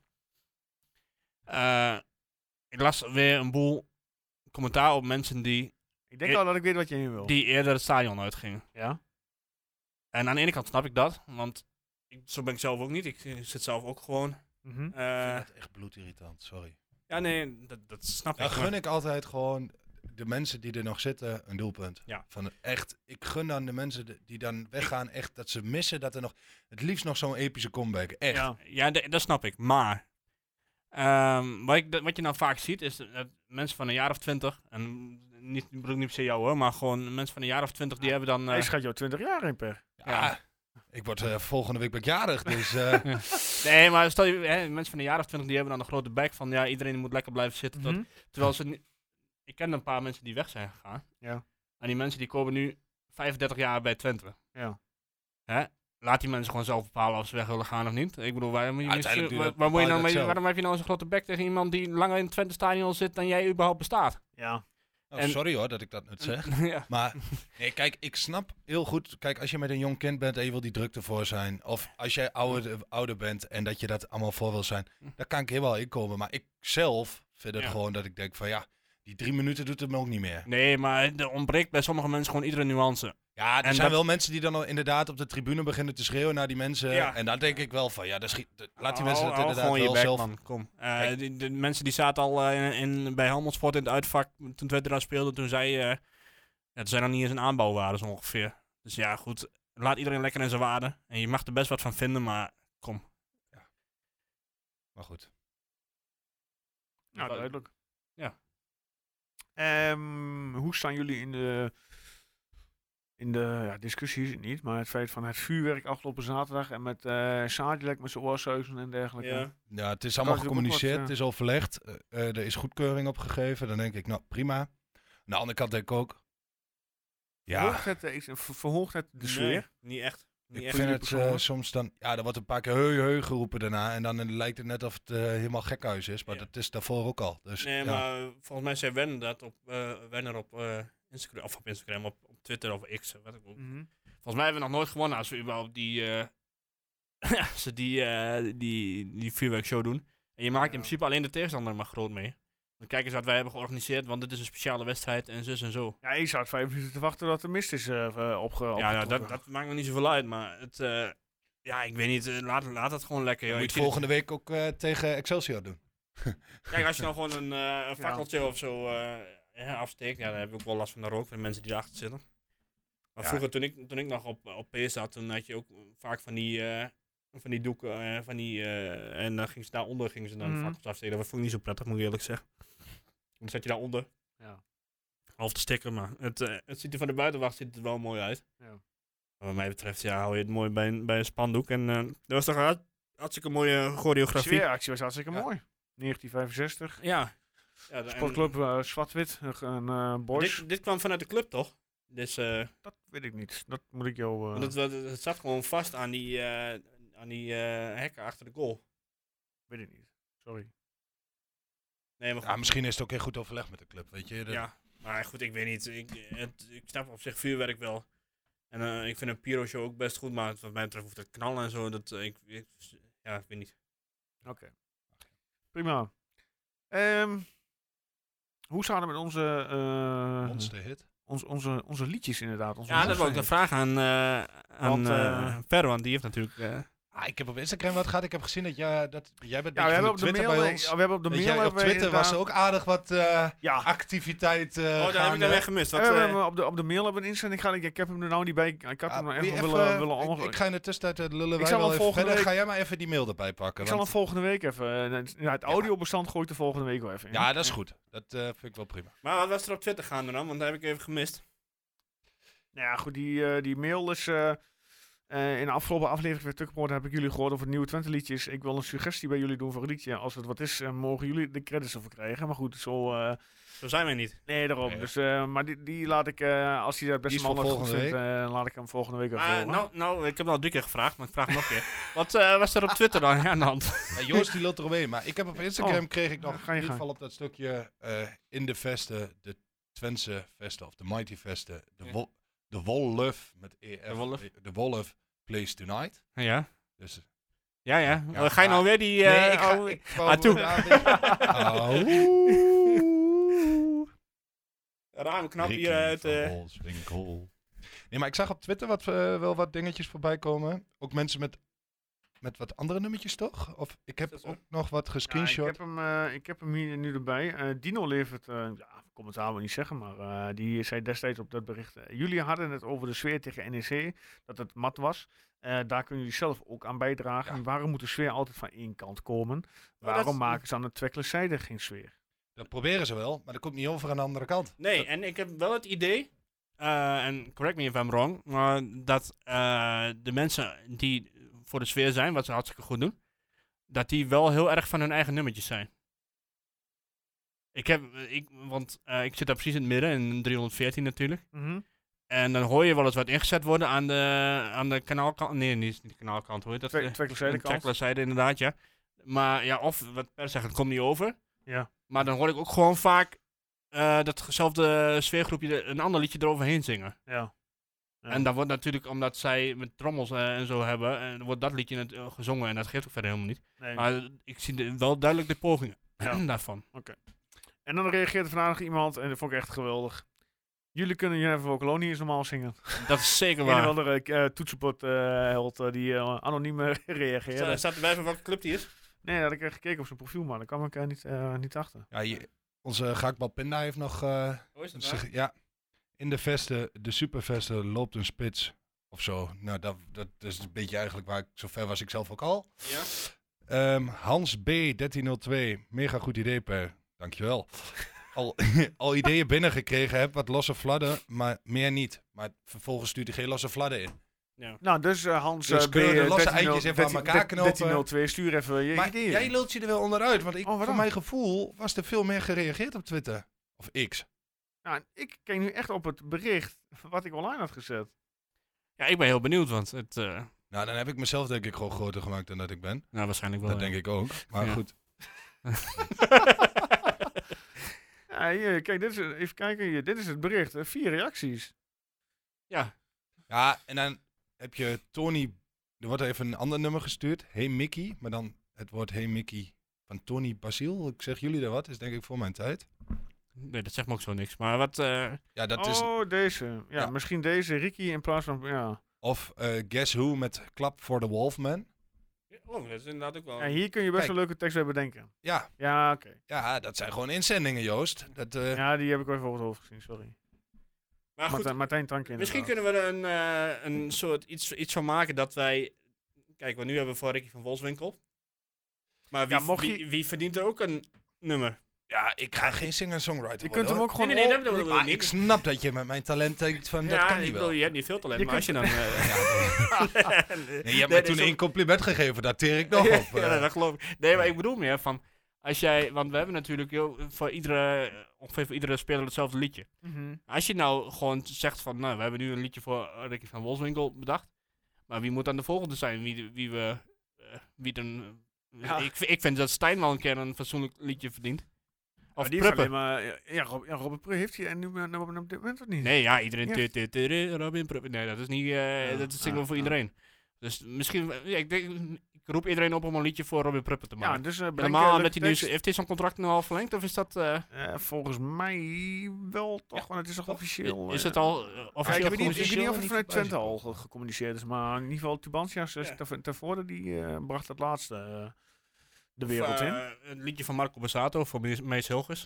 S3: Uh, ik las weer een boel commentaar op mensen die...
S1: Ik denk al dat ik weet wat je heen wil.
S3: Die eerder het stadion uitgingen.
S1: Ja?
S3: En aan de ene kant snap ik dat, want ik, zo ben ik zelf ook niet. Ik, ik zit zelf ook gewoon...
S1: Mm-hmm.
S3: Uh,
S4: ik vind dat echt bloedirritant, sorry.
S3: Ja, nee, dat, dat snap
S4: ja,
S3: ik.
S4: gun ik altijd gewoon de mensen die er nog zitten een doelpunt.
S3: Ja.
S4: Van echt, ik gun dan de mensen die dan weggaan echt dat ze missen dat er nog, het liefst nog zo'n epische comeback. Echt.
S3: Ja, ja de, dat snap ik. Maar um, wat, ik, wat je nou vaak ziet is dat mensen van een jaar of twintig, en niet, ik bedoel niet per se jou hoor, maar gewoon mensen van een jaar of twintig die ja, hebben dan... Uh,
S1: hij schat jou twintig jaar in per.
S4: Ja, ja. Ik word uh, volgende week ben ik jarig, dus... Uh.
S3: ja. Nee, maar stel je, hè, mensen van een jaar of twintig die hebben dan een grote bek van ja, iedereen moet lekker blijven zitten. Mm-hmm. tot, terwijl ze... Ik ken een paar mensen die weg zijn gegaan.
S1: Ja.
S3: En die mensen die komen nu vijfendertig jaar bij Twente.
S1: Ja.
S3: Hè? Laat die mensen gewoon zelf bepalen of ze weg willen gaan of niet. Ik bedoel, waar, moet je
S4: Uiteindelijk
S3: mis, waar, waar moet je nou mee, waarom heb je nou zo'n grote bek tegen iemand die langer in het Twente stadion zit dan jij überhaupt bestaat?
S1: Ja.
S4: Oh, en, sorry hoor dat ik dat net zeg.
S3: Ja.
S4: Maar nee, kijk, ik snap heel goed. Kijk, als je met een jong kind bent en je wil die drukte voor zijn. Of als jij ouder, ouder bent en dat je dat allemaal voor wil zijn. Daar kan ik heel wel in komen. Maar ik zelf vind het ja. gewoon dat ik denk van ja, die drie minuten doet het me ook niet meer.
S3: Nee, maar er ontbreekt bij sommige mensen gewoon iedere nuance.
S4: Ja, er
S3: en
S4: zijn
S3: dat...
S4: wel mensen die dan al inderdaad op de tribune beginnen te schreeuwen naar die mensen. Ja. En dan denk ik wel van ja, dat schiet, dat, laat die mensen
S3: oh,
S4: dat
S3: oh,
S4: inderdaad wel
S3: back,
S4: zelf...
S3: Man. Kom. Uh, die, de mensen die zaten al uh, in, in, bij Helmond Sport in het uitvak toen Twente daar speelde. Toen zei uh, ja, er zijn nog niet eens een aanbouwwaarde zo ongeveer. Dus ja, goed. Laat iedereen lekker in zijn waarde. En je mag er best wat van vinden, maar kom.
S4: Ja. Maar goed.
S1: Nou,
S3: ja,
S1: duidelijk.
S3: Ja.
S1: Um, hoe staan jullie in de, in de ja, discussie is het niet, maar het feit van het vuurwerk afgelopen zaterdag en met uh, Sadilek met zijn oorsuizen en dergelijke.
S3: Ja,
S4: ja het is allemaal gecommuniceerd, wat, uh, het is overlegd, uh, uh, er is goedkeuring op gegeven, dan denk ik, nou prima. Aan de andere kant denk ik ook, ja.
S1: Verhoogt het, uh, verhoogt het de sfeer?
S3: Nee, niet echt. niet
S4: Ik
S3: echt
S4: vind
S3: niet
S4: het eh,
S3: persoonlijk.
S4: soms dan... Ja, er wordt een paar keer heu heu geroepen daarna. En dan lijkt het net of het uh, helemaal gekhuis is. Maar
S3: Ja.
S4: dat is daarvoor ook al. Dus,
S3: Nee,
S4: ja.
S3: maar uh, volgens mij zei Werner dat op, uh, Werner op uh, Instagram, of op Instagram, op, op Twitter of X, wat ik ook.
S1: Mm-hmm.
S3: Volgens mij hebben we nog nooit gewonnen als we überhaupt die, uh, als ze die, uh, die, die vuurwerkshow doen. En je maakt
S1: Ja.
S3: in principe alleen de tegenstander maar groot mee. Dan kijk eens wat wij hebben georganiseerd, want dit is een speciale wedstrijd en zus en zo.
S1: Ja, je zat vijf minuten te wachten dat de mist is uh, opge
S3: Ja, ja dat, dat maakt me niet zoveel uit, maar het, uh, ja, ik weet niet, uh, laat, laat het gewoon lekker.
S4: Je
S3: Joh.
S4: moet
S3: Ik
S4: volgende week ook uh, tegen Excelsior doen.
S3: Kijk, als je nou gewoon een, uh, een fakkeltje ja. of zo uh, ja, afsteekt, ja, dan heb ik ook wel last van de rook van de mensen die erachter zitten. Maar
S1: ja.
S3: vroeger, toen ik, toen ik nog op, op P zat, toen had je ook vaak van die, uh, van die doeken, uh, van die, uh, en dan ging ze daaronder gingen ze dan
S1: Mm.
S3: fakkels afsteken. Dat vond ik niet zo prettig, moet ik eerlijk zeggen. Dan zat je daaronder.
S1: Ja.
S3: Half te stikken, maar het, uh, het ziet er van de buitenwacht ziet er wel mooi uit.
S1: Ja.
S3: Maar wat mij betreft, ja, hou je het mooi bij een, bij een spandoek. En uh, dat was toch een hartstikke mooie choreografie.
S1: De sfeeractie was hartstikke
S4: Ja.
S1: mooi. negentien vijfenzestig.
S3: Ja. ja de,
S1: Sportclub uh, Zwart-Wit, een uh, boys.
S3: Dit, dit kwam vanuit de club, toch? Dus, uh,
S1: dat weet ik niet. Dat moet ik jou... Uh...
S3: het, het, het zat gewoon vast aan die, uh, aan die uh, hekken achter de goal.
S1: Weet ik niet. Sorry.
S3: Nee, maar goed.
S4: Ja, misschien is het ook heel goed overleg met de club, weet je. De...
S3: Ja, maar goed, ik weet niet. Ik, het, ik snap op zich vuurwerk wel. En uh, ik vind een pyro-show ook best goed, maar wat mij betreft hoeft het knallen en zo. Dat, uh, ik, ik, ja, ik weet niet.
S1: Oké. Okay. Prima. Um, hoe staat het met onze... Uh,
S4: Monsterhit.
S1: Ons, onze, onze liedjes inderdaad. Onze
S3: ja, dat wil ik de vraag aan, uh, aan want, uh, Per, want die heeft natuurlijk... Uh,
S4: Ah, ik heb op Instagram wat gehad. Ik heb gezien dat, jij, dat jij bent
S1: ja, we hebben op de
S4: Twitter
S1: mail,
S4: bij ons.
S1: Ja, we hebben op de mail
S4: jij, op Twitter was er ook aardig wat uh,
S1: ja.
S4: activiteit uh,
S3: Oh, daar
S4: gaande.
S3: heb ik dan weer gemist. Wat,
S1: ja, we
S3: uh,
S1: hebben op, de, op de mail hebben we een instelling gehad. Ik, ik heb hem er nou niet bij. Ik had
S4: ah,
S1: hem nou even,
S4: even
S1: willen, willen
S4: ik,
S1: omgooien.
S4: ik ga in de tussentijd uh, lullen
S1: ik
S4: wij
S1: zal
S4: wel
S1: hem
S4: even verder.
S1: Week,
S4: Ga jij maar even die mail erbij pakken.
S1: Ik
S4: want...
S1: zal hem volgende week even... Uh, ja, het audiobestand gooi ik er volgende week wel even in.
S4: Ja, dat is ja. goed. Dat uh, vind ik wel prima.
S3: Maar wat was er op Twitter gaande dan? Want dat heb ik even gemist.
S1: Nou ja, goed. Die, uh, die mail is... Uh, Uh, in de afgelopen aflevering van Tukkenpoort heb ik jullie gehoord over nieuwe Twente liedjes. Ik wil een suggestie bij jullie doen voor een liedje. Als het wat is, uh, mogen jullie de credits ervoor krijgen. Maar goed, zo... Uh,
S3: zo zijn wij niet.
S1: Nee, daarom. Nee. Dus, uh, maar die, die laat ik, uh, als hij dat best wel goed vindt, uh, laat ik hem volgende week even
S3: uh, nou, nou, ik heb al drie keer gevraagd, maar ik vraag nog een keer. Wat uh, was er op Twitter dan aan de hand?
S4: Ja, Joost die loopt eromheen, maar ik heb op Instagram
S1: oh,
S4: kreeg ik nog
S1: in ieder
S4: geval op dat stukje uh, in de vesten, de Twentse vesten of de Mighty vesten, de,
S3: ja.
S4: wo de Wolf met E F,
S3: de Wolf.
S4: De Wolf Plays Tonight.
S3: Ja.
S4: Dus,
S3: ja, ja.
S4: ja
S3: ga je nou weer die... Uh,
S4: nee, ik ga...
S3: oh,
S4: ik
S3: ah, toe. Raam knap hier uit. Uh.
S4: Nee, maar ik zag op Twitter wat, uh, wel wat dingetjes voorbij komen. Ook mensen met, met wat andere nummertjes, toch? Of ik heb ook nog wat gescreenshot.
S1: Ja, ik, heb hem, uh, ik heb hem hier nu erbij. Uh, Dino levert... Uh, ja, commentaar wil ik niet zeggen, maar uh, die zei destijds op dat bericht... Uh, jullie hadden het over de sfeer tegen N E C, dat het mat was. Uh, daar kunnen jullie zelf ook aan bijdragen. Ja. Waarom moet de sfeer altijd van één kant komen? Waarom oh, maken ze aan de Twekkelzijde geen sfeer?
S4: Dat proberen ze wel, maar dat komt niet over aan de andere kant.
S3: Nee,
S4: dat...
S3: en ik heb wel het idee... Uh, en correct me if I'm wrong, maar dat uh, de mensen die voor de sfeer zijn, wat ze hartstikke goed doen, dat die wel heel erg van hun eigen nummertjes zijn. Ik heb, ik, want uh, ik zit daar precies in het midden, in driehonderdveertien natuurlijk.
S1: Mm-hmm.
S3: En dan hoor je wel eens wat ingezet worden aan de, aan de kanaalkant. Nee, niet de kanaalkant, hoor je dat?
S1: Twee, Twekkelzijde kant.
S3: Twekkelzijde inderdaad, ja. Maar ja, of wat Per zegt, het komt niet over.
S1: Ja.
S3: Maar dan hoor ik ook gewoon vaak uh, datzelfde sfeergroepje een ander liedje eroverheen zingen.
S1: Ja. Ja.
S3: En dan wordt natuurlijk, omdat zij met trommels uh, en zo hebben, en dan wordt dat liedje net, uh, gezongen en dat geeft ook verder helemaal niet.
S1: Nee.
S3: Maar uh, ik zie de, wel duidelijk de pogingen
S1: ja.
S3: daarvan.
S1: Oké. Okay. En dan reageert vandaag iemand, en dat vond ik echt geweldig. Jullie kunnen Jennifer Vocalo niet eens normaal zingen.
S3: Dat is zeker waar.
S1: Een of andere uh, toetsenbord uh, held uh, die uh, anoniem uh, reageerde.
S3: Staat erbij van welke club die is?
S1: Nee, dat had ik gekeken op zijn profiel, maar daar kwam ik uh, niet, uh, niet achter.
S4: Ja, je, onze Gakbal Pinda heeft nog... Uh,
S3: Hoe is het
S4: zich, ja, in de vesten, de supervesten loopt een spits of zo. Nou, dat, dat is een beetje eigenlijk waar ik, zover was ik zelf ook al.
S3: Ja.
S4: Um, Hans B, dertien nul twee, mega goed idee Per, dankjewel. Al, al ideeën binnengekregen heb, wat losse fladden, maar meer niet. Maar vervolgens stuurt hij geen losse fladden in.
S1: Ja. Nou, dus uh, Hans
S4: dus
S1: uh, B,
S4: de losse
S1: dertien
S4: eitjes even aan elkaar knopen.
S1: dertien nul twee, stuur even je
S4: maar
S1: ideeën.
S4: Jij lult je er wel onderuit, want ik,
S1: oh,
S4: voor mijn gevoel was er veel meer gereageerd op Twitter. Of X.
S1: Nou, ik kijk nu echt op het bericht wat ik online had gezet.
S3: Ja, ik ben heel benieuwd, want het... Uh...
S4: Nou, dan heb ik mezelf denk ik gewoon groter gemaakt dan dat ik ben.
S3: Nou, waarschijnlijk wel.
S4: Dat
S3: ja.
S4: denk ik ook, maar
S3: Ja.
S4: goed.
S1: Ja, hier, kijk, dit is, even kijken hier. Dit is het bericht. Hè. Vier reacties.
S3: Ja.
S4: Ja, en dan heb je Tony... Er wordt even een ander nummer gestuurd. Hey Mickey, maar dan het woord Hey Mickey van Tony Basiel. Ik zeg jullie daar wat, is denk ik voor mijn tijd.
S3: Nee, dat zegt me ook zo niks. Maar wat... Uh...
S4: Ja, dat is...
S1: Oh, deze. Ja,
S4: Ja.
S1: misschien deze. Ricky in plaats van... Ja.
S4: Of uh, Guess Who met Clap for the Wolfman.
S3: Oh, dat is inderdaad ook wel...
S1: Ja, hier kun je best
S4: Kijk.
S1: een leuke tekst bij bedenken.
S4: Ja,
S1: Ja, oké. Okay.
S4: ja, dat zijn gewoon inzendingen, Joost. Dat, uh...
S1: Ja, die heb ik even over het hoofd gezien, sorry.
S3: Maar goed,
S1: Martijn, Martijn Tank
S3: misschien kunnen we er een, uh, een soort iets, iets van maken dat wij... Kijk, want nu hebben we voor Ricky van Wolfswinkel. Maar wie,
S1: Ja, mocht je-
S3: wie, wie verdient er ook een nummer?
S4: Ja, ik ga geen singer-songwriter
S1: Je kunt hem
S4: worden,
S1: ook gewoon...
S3: Nee, nee, nee,
S1: op-
S3: dat bedoel ik
S4: hoor.
S3: niet.
S4: Maar ik snap dat je met mijn talent denkt van, dat
S3: ja,
S4: kan
S3: ik
S4: niet
S3: bedoel,
S4: wel.
S3: je hebt niet veel talent,
S1: Je
S3: maar als je dan... Uh,
S4: Nee, je hebt mij toen één compliment gegeven, daar teer ik nog op.
S3: ja,
S4: uh.
S3: dat geloof ik. Nee, maar ik bedoel meer van... Als jij... Want we hebben natuurlijk heel, voor iedere... Ongeveer voor iedere speler hetzelfde liedje.
S1: Mhm.
S3: Als je nou gewoon zegt van... Nou, we hebben nu een liedje voor Ricky van Wolfswinkel bedacht. Maar wie moet dan de volgende zijn? Wie, wie we... Uh, wie dan...
S1: Ja.
S3: Ik, ik vind dat Stijn wel een keer een fatsoenlijk liedje verdient. Of
S1: Maar die heeft
S3: Pruppen.
S1: alleen maar... Ja, ja, Rob, ja, Robert Pruppen heeft hij en nu nu op dit moment of niet?
S3: Nee, ja, iedereen...
S1: Ja.
S3: tu- tu- tu- tu- Robin Pruppen. Nee, dat is niet... Uh,
S1: Ja,
S3: dat is single
S1: ja,
S3: voor
S1: ja.
S3: iedereen. Dus misschien... Ja, ik, denk, ik roep iedereen op om een liedje voor Robin Pruppen te maken.
S1: Ja, dus uh,
S3: Normaal met die nieuws, heeft hij zo'n contract nu al verlengd of is dat... Uh,
S1: Uh, volgens mij wel toch,
S3: Ja,
S1: want het is toch
S3: toch?
S1: officieel.
S3: is
S1: uh,
S3: het al uh,
S1: Ja,
S3: officieel
S1: ik, weet niet, ik weet niet of het
S4: niet
S1: vanuit
S4: voorbij
S1: Twente
S4: zien
S1: al ge- gecommuniceerd is, maar in ieder geval Tubantias
S3: Ja.
S1: ja. tevoren die uh, bracht het laatste uh, de
S3: Of,
S1: wereld
S3: uh,
S1: in.
S3: een liedje van Marco Bassato voor Mees, Mees Hilgers.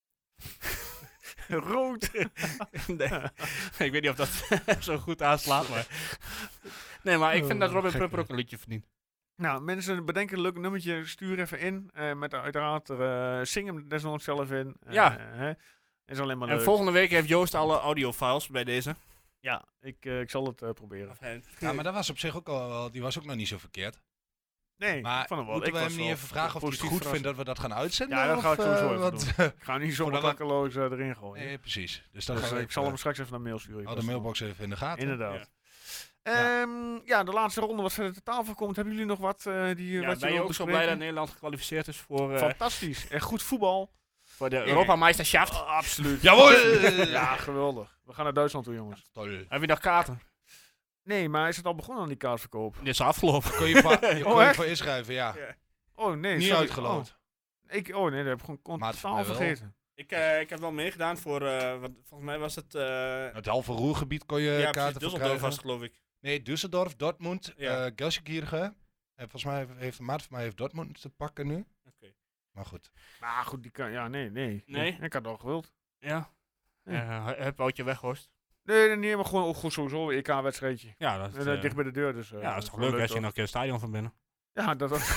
S1: Rood!
S3: nee, ik weet niet of dat zo goed aanslaat, maar... Nee, maar ik vind dat Robin
S1: gek,
S3: Prupper
S1: hè.
S3: ook een liedje verdient.
S1: Nou, mensen, bedenken een leuk nummertje, stuur even in. Uh, met uiteraard uh, zing hem desnoods zelf in. Uh,
S3: Ja.
S1: Hè. Is alleen maar
S3: En
S1: leuk.
S3: volgende week heeft Joost alle audiofiles bij deze.
S1: Ja, ik, uh, ik zal het uh, proberen.
S3: Of hij-
S4: Ja, maar dat was op zich ook al wel, die was ook nog niet zo verkeerd.
S1: Nee,
S4: Maar
S1: ik vond hem wel.
S4: moeten
S1: Ik
S4: we
S1: was
S4: hem niet
S1: wel
S4: even vragen of hij het
S1: positief
S4: goed
S1: verrast.
S4: vindt dat we dat gaan uitzenden?
S1: Ja, dat
S4: of,
S1: ga ik sowieso
S4: uh,
S1: even
S4: want,
S1: Ik ga niet zomaar
S4: Voordat-
S1: klakkeloos uh, erin gooien.
S4: Nee, precies. Dus dat
S1: Dus,
S4: gaan
S1: uh,
S4: we
S1: ik zal hem
S4: even-
S1: straks even naar mail sturen.
S4: hou de mailbox even in de gaten.
S1: Inderdaad.
S3: Ja.
S1: Ja. Um, ja, de laatste ronde wat verder te tafel komt. Hebben jullie nog wat uh, die
S3: Ja,
S1: wat
S3: ben je
S1: wil
S3: ook zo blij
S1: bespreken?
S3: dat Nederland gekwalificeerd is voor, uh,
S1: Fantastisch. En goed voetbal.
S3: voor de Europameisterschaft?
S1: Oh, absoluut.
S4: Jawohl!
S1: Ja, geweldig. We gaan naar Duitsland toe, jongens.
S4: Toll.
S3: Heb je nog kaarten?
S1: Nee, maar is het al begonnen aan die kaartverkoop?
S3: Dit is afgelopen.
S4: Kon je, pa- je kon
S1: Oh,
S4: je
S1: echt?
S4: voor inschrijven, ja.
S3: Ja.
S1: Oh, nee.
S4: Niet
S1: sorry.
S4: uitgeloot.
S1: Oh, ik, oh nee, dat heb ik gewoon
S4: Maar
S1: totaal
S4: mij wel.
S1: vergeten.
S3: Ik, uh, ik heb wel meegedaan voor, uh, wat, volgens mij was het... Uh,
S4: Het halve roergebied kon je
S3: ja,
S4: kaarten
S3: precies,
S4: voor
S3: Düsseldorf was
S4: krijgen.
S3: het, geloof ik.
S4: Nee, Düsseldorf, Dortmund,
S3: Ja.
S4: ja. Gelsenkirchen. En volgens mij heeft een maat van mij heeft Dortmund te pakken nu.
S3: Oké.
S4: Maar goed.
S1: Maar goed, die kan... Ja, nee, nee.
S3: Nee?
S1: Ik had het al gewild.
S3: Ja.
S1: Ja.
S3: Uh, heb Woutje weghorst?
S1: Nee, nee, nee, maar gewoon ook goed sowieso een E K-wedstrijdje.
S3: Ja, dat is,
S1: Uh,
S3: uh,
S1: dicht bij de deur, dus... Uh,
S3: ja, dat is toch leuk als je nog een keer het stadion van binnen.
S1: Ja, dat was...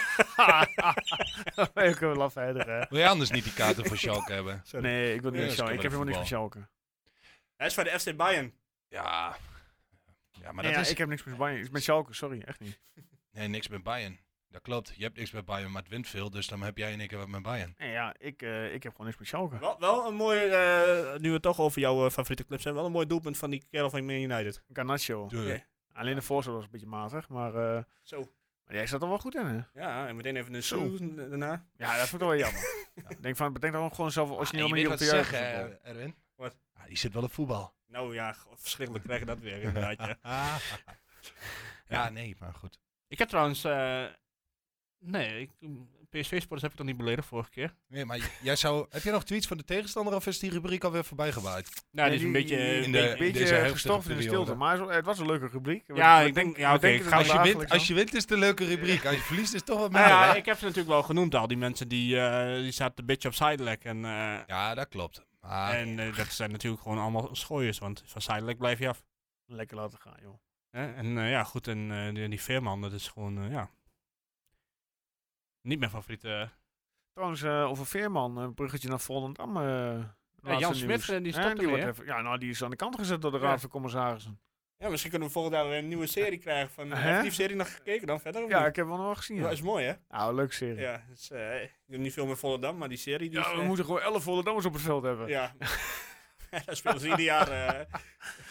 S1: Dat ben ik wel lafheidig, hè.
S4: Wil je anders niet die kaarten voor Schalke hebben?
S1: Nee, ik wil niet
S4: Ja,
S1: met
S4: dat
S1: Schalke.
S4: kan
S1: Ik heb helemaal niks met
S4: voetbal.
S1: Schalke.
S3: Hij is voor de F C Bayern.
S4: Ja. Ja, maar
S1: Nee,
S4: dat
S1: ja,
S4: is...
S1: ik heb niks met Bayern. Met Schalke, sorry, echt niet.
S4: Nee, niks met Bayern. Dat klopt. Je hebt niks met Bayern, maar het wint veel. Dus dan heb jij in één keer wat met Bayern.
S1: Nee, ja, ik, uh, ik heb gewoon niks met Schalke.
S3: Wel, wel een mooi, uh, nu we het toch over jouw uh, favoriete clubs hebben, wel een mooi doelpunt van die kerel van Man United.
S1: Garnacho.
S4: Doe.
S3: Oké.
S1: Alleen de voorstel was een beetje matig, maar, uh,
S3: Zo.
S1: maar jij zat er wel goed in, hè?
S3: Ja, en meteen even een
S1: Zo.
S3: soes daarna.
S1: Ja, dat vond ik wel jammer. ja. Denk van, bedenk dan gewoon zelf als je
S4: Ah,
S1: niet
S4: je
S1: op
S4: weet
S1: de
S4: wat
S1: juiste
S4: ze
S1: juiste
S4: zeggen,
S1: voetbal.
S4: eh, Erwin.
S3: Wat?
S4: Ah, die zit wel op voetbal.
S3: Nou ja, g- verschrikkelijk krijgen dat weer inderdaad, ja.
S4: Ah. Ja, nee, maar goed.
S3: Ik heb trouwens, uh, nee, ik, P S V-sporters heb ik toch niet beledigd vorige keer?
S4: Nee, maar jij zou... Heb jij nog tweets van de tegenstander of is die rubriek alweer voorbij gewaaid?
S3: Nou, die is
S1: Nee,
S3: een beetje...
S1: die-
S4: in
S3: een
S4: de-
S1: Een
S3: beetje-
S1: beetje
S4: deze heftige
S1: gestorven in de
S4: periode.
S1: stilte, maar het was een leuke rubriek. We-
S3: Ja,
S1: we
S3: ik denk-
S1: denken-
S3: ja,
S1: we
S3: oké,
S1: denken
S3: ik
S1: er
S3: ga-
S4: Als je, wint,
S1: dagelijks
S4: als
S1: aan.
S4: je wint is het een leuke rubriek. Als je verliest is het toch wat
S3: Nou
S4: minder,
S3: ja,
S4: hè?
S3: ik heb ze natuurlijk wel genoemd al, die mensen die, uh, die zaten een beetje op Sidelec. En, uh,
S4: Ja, dat klopt. Maar
S3: en uh, dat zijn natuurlijk gewoon allemaal schooiers, want van Sidelec blijf je af.
S1: Lekker laten gaan, joh.
S3: Hè? En uh, ja, goed, en uh, die, die Veerman, dat is gewoon, uh, ja... Niet mijn favoriete... Uh,
S1: Trouwens, uh, over Veerman, een bruggetje naar Volendam. Uh,
S3: ja, Jan Smit, uh, die stopt
S1: die
S3: ermee,
S1: wordt even, Ja, nou, die is aan de kant gezet door de
S3: Ja.
S1: Raad van Commissarissen.
S3: ja, misschien kunnen we volgend jaar weer een nieuwe serie krijgen. Van, uh,
S1: Hè?
S3: heb je die serie nog gekeken dan verder? Of
S1: Ja,
S3: niet?
S1: ik heb wel nog wel gezien.
S3: Dat
S1: Ja,
S3: is mooi, hè?
S1: nou, leuke serie. Ja,
S3: Ja, het is, uh, ik doe niet veel met Volendam, maar die serie die is...
S1: we
S3: uh,
S1: moeten gewoon elf Volendammers op het veld hebben.
S3: Ja, daar spelen ze ieder jaar. Uh,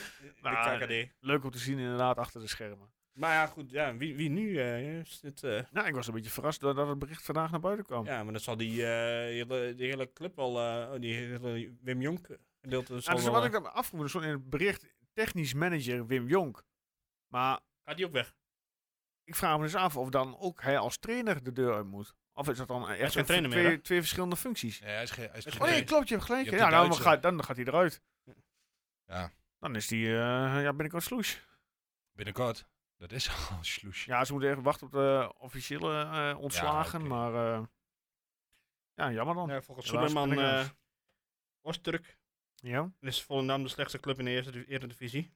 S1: Nou,
S3: K K D.
S1: leuk om te zien inderdaad achter de schermen.
S3: Maar ja, goed. Ja, wie, wie nu? eh, is dit, eh,
S1: Nou, ik was een beetje verrast dat dat het bericht vandaag naar buiten kwam.
S3: ja, maar dat zal die, eh, hele, die hele club al... eh, oh, die hele Wim Jonk gedeelte... zal
S1: Nou, dus
S3: wel,
S1: wat
S3: eh,
S1: ik dan afvroeg, stond in het bericht technisch manager Wim Jonk. Maar
S3: gaat die ook weg?
S1: ik vraag me dus af of dan ook hij als trainer de deur uit moet. Of is dat dan echt
S3: geen trainer
S1: twee,
S3: meer, hè?
S1: twee verschillende functies?
S4: Nee, hij is geen... Hij is
S3: Oh,
S4: geen
S1: Oh nee,
S3: Nee.
S1: klopt, je hebt gelijk.
S4: Je hebt
S1: Ja,
S4: die
S1: dan,
S4: Duitse-
S1: gaat, dan gaat hij eruit.
S4: Ja,
S1: Dan is die, uh, ja, binnenkort sloes.
S4: binnenkort. Dat is al sloes.
S1: Ja, ze moeten even wachten op de officiële eh, ontslagen,
S4: Ja, oké.
S1: maar uh, ja, jammer dan. Ja.
S3: Ja, volgens
S1: Helaas
S3: Soeberman
S1: ben ik
S3: uh,
S1: er.
S3: Osturk is Volendam de slechtste club in de eerste Eredivisie.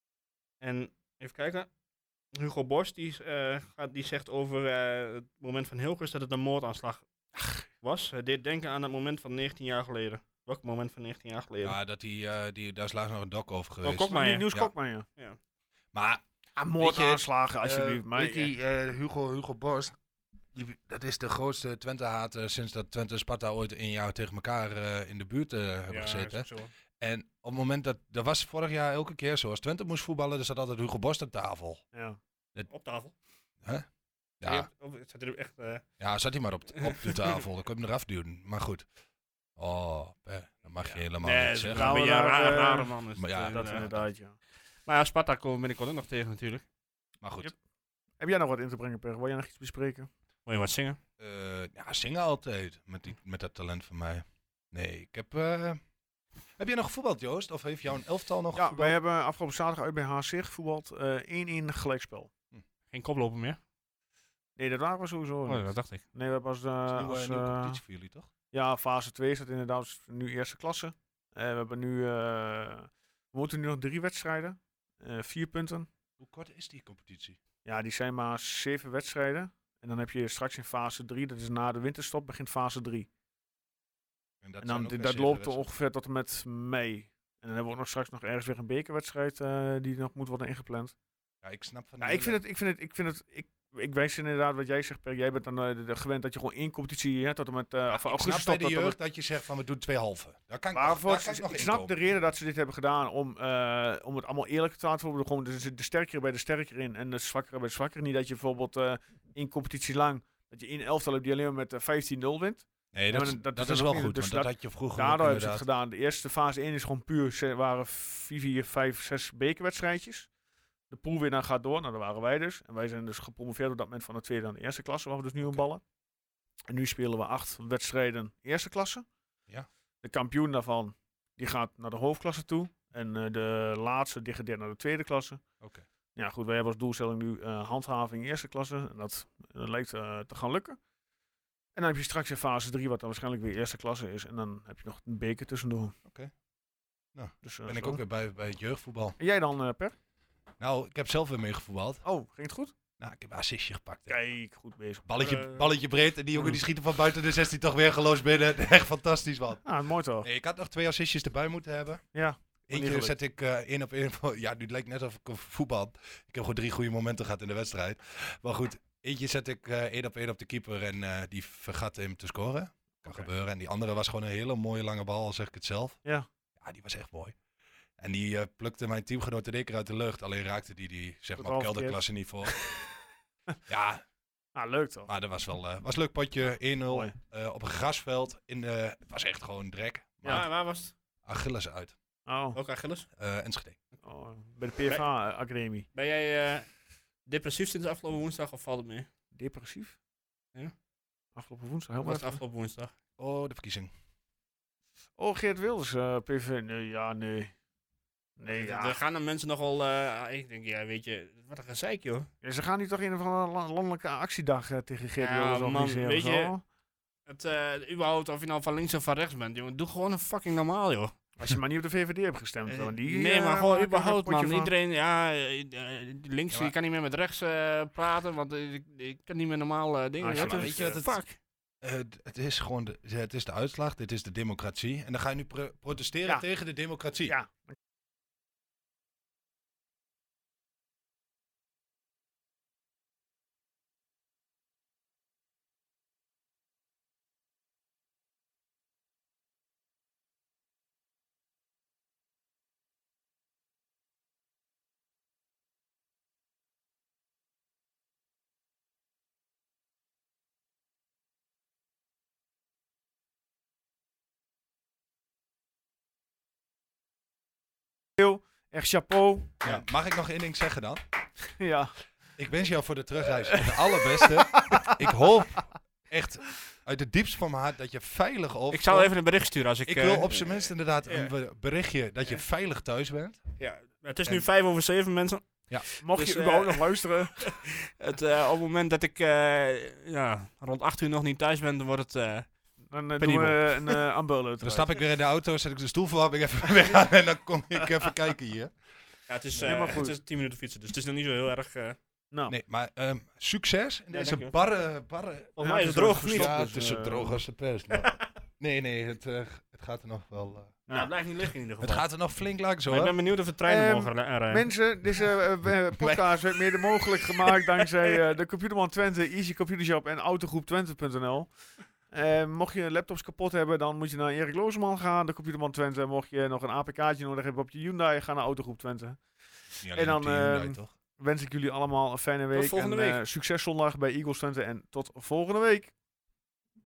S3: En even kijken. Hugo Borst die, uh, gaat, die zegt over uh, het moment van Hilgers dat het een moordaanslag was. Hij deed denken aan het moment van negentien jaar geleden. Welk moment van negentien jaar geleden?
S4: Ja, dat die, uh, die, daar is laatst nog een doc over geweest.
S3: Oh, Kokmeijer.
S1: Nieuws
S4: Ja.
S1: Kokmeijer.
S3: Ja.
S4: Maar
S1: Ah, moordaanslagen, alsjeblieft.
S4: Uh,
S1: maar,
S4: weet die, uh, Hugo, Hugo Borst, die, dat is de grootste Twente-haat uh, sinds dat Twente en Sparta ooit een jaar tegen elkaar uh, in de buurt uh, hebben
S3: Ja,
S4: gezeten.
S3: is ook zo.
S4: En op het moment dat, dat was vorig jaar elke keer zo, als Twente moest voetballen, er zat altijd Hugo Borst aan tafel.
S1: ja.
S3: Op tafel.
S4: Huh?
S3: Ja.
S4: Ja,
S3: Of, zat er echt, uh...
S4: ja, zat hij maar op, t- op de tafel, dan kon je hem eraf duwen. Maar goed. Oh, eh, dat mag je helemaal
S3: nee,
S4: niet
S3: dat is
S4: zeggen.
S3: een
S1: Nou,
S3: beetje een
S1: daar,
S3: rare,
S1: uh,
S3: rare man. Is
S4: maar
S3: het,
S4: ja,
S3: uh,
S1: Dat inderdaad, ja.
S3: Maar ja, Sparta komen we binnenkort ook nog tegen natuurlijk.
S4: Maar goed.
S1: Yep. Heb jij nog wat in te brengen, Per? Wil jij nog iets bespreken?
S3: Wil je wat zingen?
S4: Uh, ja, zingen altijd. Met, die, met dat talent van mij. Nee, ik heb... Uh... Heb jij nog gevoetbald, Joost? Of heeft jouw elftal nog
S1: Ja,
S4: gevoetbald?
S1: wij hebben afgelopen zaterdag uit bij H C gevoetbald. Uh, één-één gelijkspel.
S3: Geen koploper meer?
S1: Nee, dat waren we sowieso.
S3: Oh, dat dacht ik.
S1: Nee, we hebben als... Uh,
S4: Dat is een nieuwe,
S1: als
S4: nieuwe
S1: uh,
S4: competitie voor jullie, toch?
S1: ja, fase twee is dat inderdaad dus nu eerste klasse. Uh, we hebben nu... Uh, we moeten nu nog drie wedstrijden. Uh, vier punten.
S4: Hoe kort is die competitie?
S1: Ja, die zijn maar zeven wedstrijden. En dan heb je straks in fase drie, dat is na de winterstop, begint fase drie.
S4: En, dat,
S1: En dan,
S4: zijn ook
S1: dat
S4: weer zeven
S1: loopt
S4: wedstrijden.
S1: ongeveer tot en met mei. En dan hebben we ook nog straks nog ergens weer een bekerwedstrijd uh, die nog moet worden ingepland.
S4: Ja, ik snap van
S1: Ja,
S4: die
S1: ik vind
S4: hele-
S1: het, ik vind het, ik vind het, ik, ik wijs inderdaad wat jij zegt, Per. Jij bent dan uh, de, de gewend dat je gewoon één competitie hebt, tot en met uh,
S4: Ja,
S1: of
S4: ik snap
S1: augustus
S4: bij
S1: tot
S4: de
S1: tot en met-
S4: jeugd dat je zegt van we doen twee halve. Daar kan ik
S1: Maar
S4: nog,
S1: voor
S4: daar
S1: het-
S4: kan ik nog
S1: ik snap de
S4: inkomen.
S1: reden dat ze dit hebben gedaan om, uh, om het allemaal eerlijk te laten worden. Gewoon de, de sterkere bij de sterkere in en de zwakkere bij de zwakkere. Niet dat je bijvoorbeeld uh, één competitie lang, dat je één elftal hebt die alleen maar met uh, vijftien nul wint.
S4: Nee,
S1: Ja,
S4: dat,
S1: maar
S4: is-
S1: dat
S4: dat,
S1: is
S4: is
S1: dan
S4: wel
S1: ook niet-
S4: goed,
S1: dus
S4: want dat
S1: dat-
S4: had je vroeger
S1: Daardoor
S4: ook
S1: hebben ze het
S4: inderdaad.
S1: gedaan. De eerste fase één is gewoon puur, ze waren vier, vijf, zes bekerwedstrijdjes. De poolwinnaar gaat door, nou dat waren wij dus. En wij zijn dus gepromoveerd op dat moment van de tweede naar de eerste klasse, waar we dus nu op ballen. En nu spelen we acht wedstrijden eerste klasse.
S4: Ja.
S1: De kampioen daarvan, die gaat naar de hoofdklasse toe. En uh, de laatste degradeert naar de tweede klasse.
S4: Oké.
S1: Ja goed, wij hebben als doelstelling nu uh, handhaving eerste klasse. En dat, dat lijkt uh, te gaan lukken. En dan heb je straks in fase drie, wat dan waarschijnlijk weer eerste klasse is. En dan heb je nog een beker tussendoor.
S4: Oké. Nou,
S1: dus, uh,
S4: Ben ik
S1: zo.
S4: ook weer bij, bij het jeugdvoetbal.
S1: En jij dan, uh, Per?
S4: Nou, ik heb zelf weer meegevoetbald.
S1: Oh, ging het goed?
S4: Nou, ik heb een assistje gepakt. hè.
S1: Kijk, goed bezig.
S4: Balletje,
S3: Eh.
S4: balletje breed en die jongen die schieten van buiten de zestien toch weer geloos binnen. Echt fantastisch, man.
S1: Ah, mooi toch?
S4: Nee, ik had nog twee assistjes erbij moeten hebben.
S1: Ja.
S4: Eentje
S1: gelukt.
S4: zet ik uh, één op één voor. Ja, nu lijkt net alsof ik voetbal. Ik heb gewoon drie goede momenten gehad in de wedstrijd. Maar goed, eentje zet ik uh, één op één op de keeper en uh, die vergat hem te scoren. Kan
S1: Oké.
S4: gebeuren. En die andere was gewoon een hele mooie lange bal, al zeg ik het zelf.
S1: Ja.
S4: Ja, die was echt mooi. En die uh, plukte mijn teamgenoot in één keer uit de lucht. Alleen raakte die die, zeg maar,
S1: Totaal
S4: kelderklasse niet voor. Ja,
S1: Ah, leuk toch?
S4: maar dat was wel uh, was een leuk potje. één nul
S1: Mooi.
S4: uh, op een grasveld. In, uh, het was echt gewoon drek. Maar
S3: Ja, waar was het?
S4: Achilles uit.
S1: Oh,
S3: Ook Achilles.
S4: Uh, Enschede.
S1: oh, bij de P F A-academie.
S3: Ben jij uh, depressief sinds afgelopen woensdag of valt het mee?
S1: Depressief?
S3: Ja.
S1: Afgelopen woensdag,
S3: Hoe
S1: helemaal
S3: was het
S1: even.
S3: afgelopen woensdag?
S4: Oh, de verkiezing.
S1: Oh, Geert Wilders, uh, P V V. Nee, ja, nee. Nee,
S3: Er
S1: ja.
S3: gaan er mensen nogal... Uh, ik denk, ja, weet je, wat een gezeik, joh.
S1: Ja, ze gaan nu toch in een van een landelijke actiedag uh, tegen Geert
S3: Ja,
S1: Wilders
S3: man,
S1: organiseren.
S3: weet
S1: of
S3: je-
S1: zo.
S3: Het, uh, überhaupt, of je nou van links of van rechts bent, jongen, doe gewoon een fucking normaal, joh.
S1: Als je maar niet op de V V D hebt gestemd.
S3: Eh,
S1: want die,
S3: nee,
S1: eh,
S3: maar gewoon
S1: maken er een
S3: überhaupt,
S1: potje
S3: man.
S1: van.
S3: Iedereen, ja, uh, uh, links,
S4: Ja, maar-
S3: je kan niet meer met rechts uh, praten, want uh, ik, ik kan niet meer normaal uh, dingen.
S1: Als je
S3: Wat
S1: maar
S3: een
S1: weet je wat
S4: het-
S3: fuck.
S4: Uh, d- het is gewoon de, het is de uitslag, dit is de democratie. En dan ga je nu pro- protesteren
S1: Ja.
S4: tegen de democratie.
S1: Ja, Echt chapeau.
S4: Ja, mag ik nog één ding zeggen dan?
S1: Ja.
S4: Ik wens jou voor de terugreis het allerbeste. Ik hoop echt uit het diepst van mijn hart dat je veilig op.
S3: Ik zal even een bericht sturen als ik...
S4: Ik
S3: uh,
S4: wil op zijn minst inderdaad
S3: ja.
S4: een be- berichtje dat je
S3: Ja.
S4: veilig thuis bent.
S3: Ja, het is
S4: En-
S3: nu vijf over zeven, mensen.
S1: Mocht
S3: Dus,
S1: je
S3: eh,
S1: überhaupt nog luisteren.
S3: Het, uh, op het moment dat ik uh, ja, rond acht uur nog niet thuis ben, dan wordt het... Uh,
S1: Dan uh, doen
S3: penibel.
S1: we een uh, umbrella.
S4: Dan stap ik weer in de auto, zet ik de stoelverwarming even weg aan en dan kom ik even kijken hier.
S3: ja, het is,
S1: Nee,
S3: uh,
S1: maar goed.
S3: het is tien minuten fietsen, dus het is nog niet zo heel erg... Uh,
S1: Nou,
S4: Nee, maar um, succes in
S3: Ja,
S4: deze
S3: dankjewel.
S4: barre... barre
S3: volgens
S1: Ja,
S3: mij is
S1: het
S3: het
S1: is
S3: droog
S1: ook
S3: of niet?
S1: gestopt.
S4: ja,
S1: dus,
S4: het is zo
S1: eh,
S4: droog als de pers. maar- nee, nee, het, uh, het gaat er nog wel... Uh,
S3: Nou, het blijft niet liggen in ieder
S4: het
S3: geval.
S4: gaat er nog flink langs
S3: Maar ik
S4: hoor.
S3: ben benieuwd of de treinen
S1: Ehm,
S3: mogen ri- rijden.
S1: mensen, deze uh, uh, podcast werd mede mogelijk gemaakt dankzij uh, de Computerman Twente, Easy Computer Shop en autogroep twente punt n l. Uh, mocht je laptops kapot hebben, dan moet je naar Erik Lozeman gaan, de Computerman Twente. Mocht je nog een A P K'tje nodig hebben op je Hyundai, ga naar autogroep Twente.
S4: Niet alleen
S1: en dan,
S4: op die Hyundai,
S1: ehm,
S4: toch?
S1: Wens ik jullie allemaal een fijne week.
S3: volgende
S1: en uh,
S3: week.
S1: succes zondag bij Eagles Twente en tot volgende week.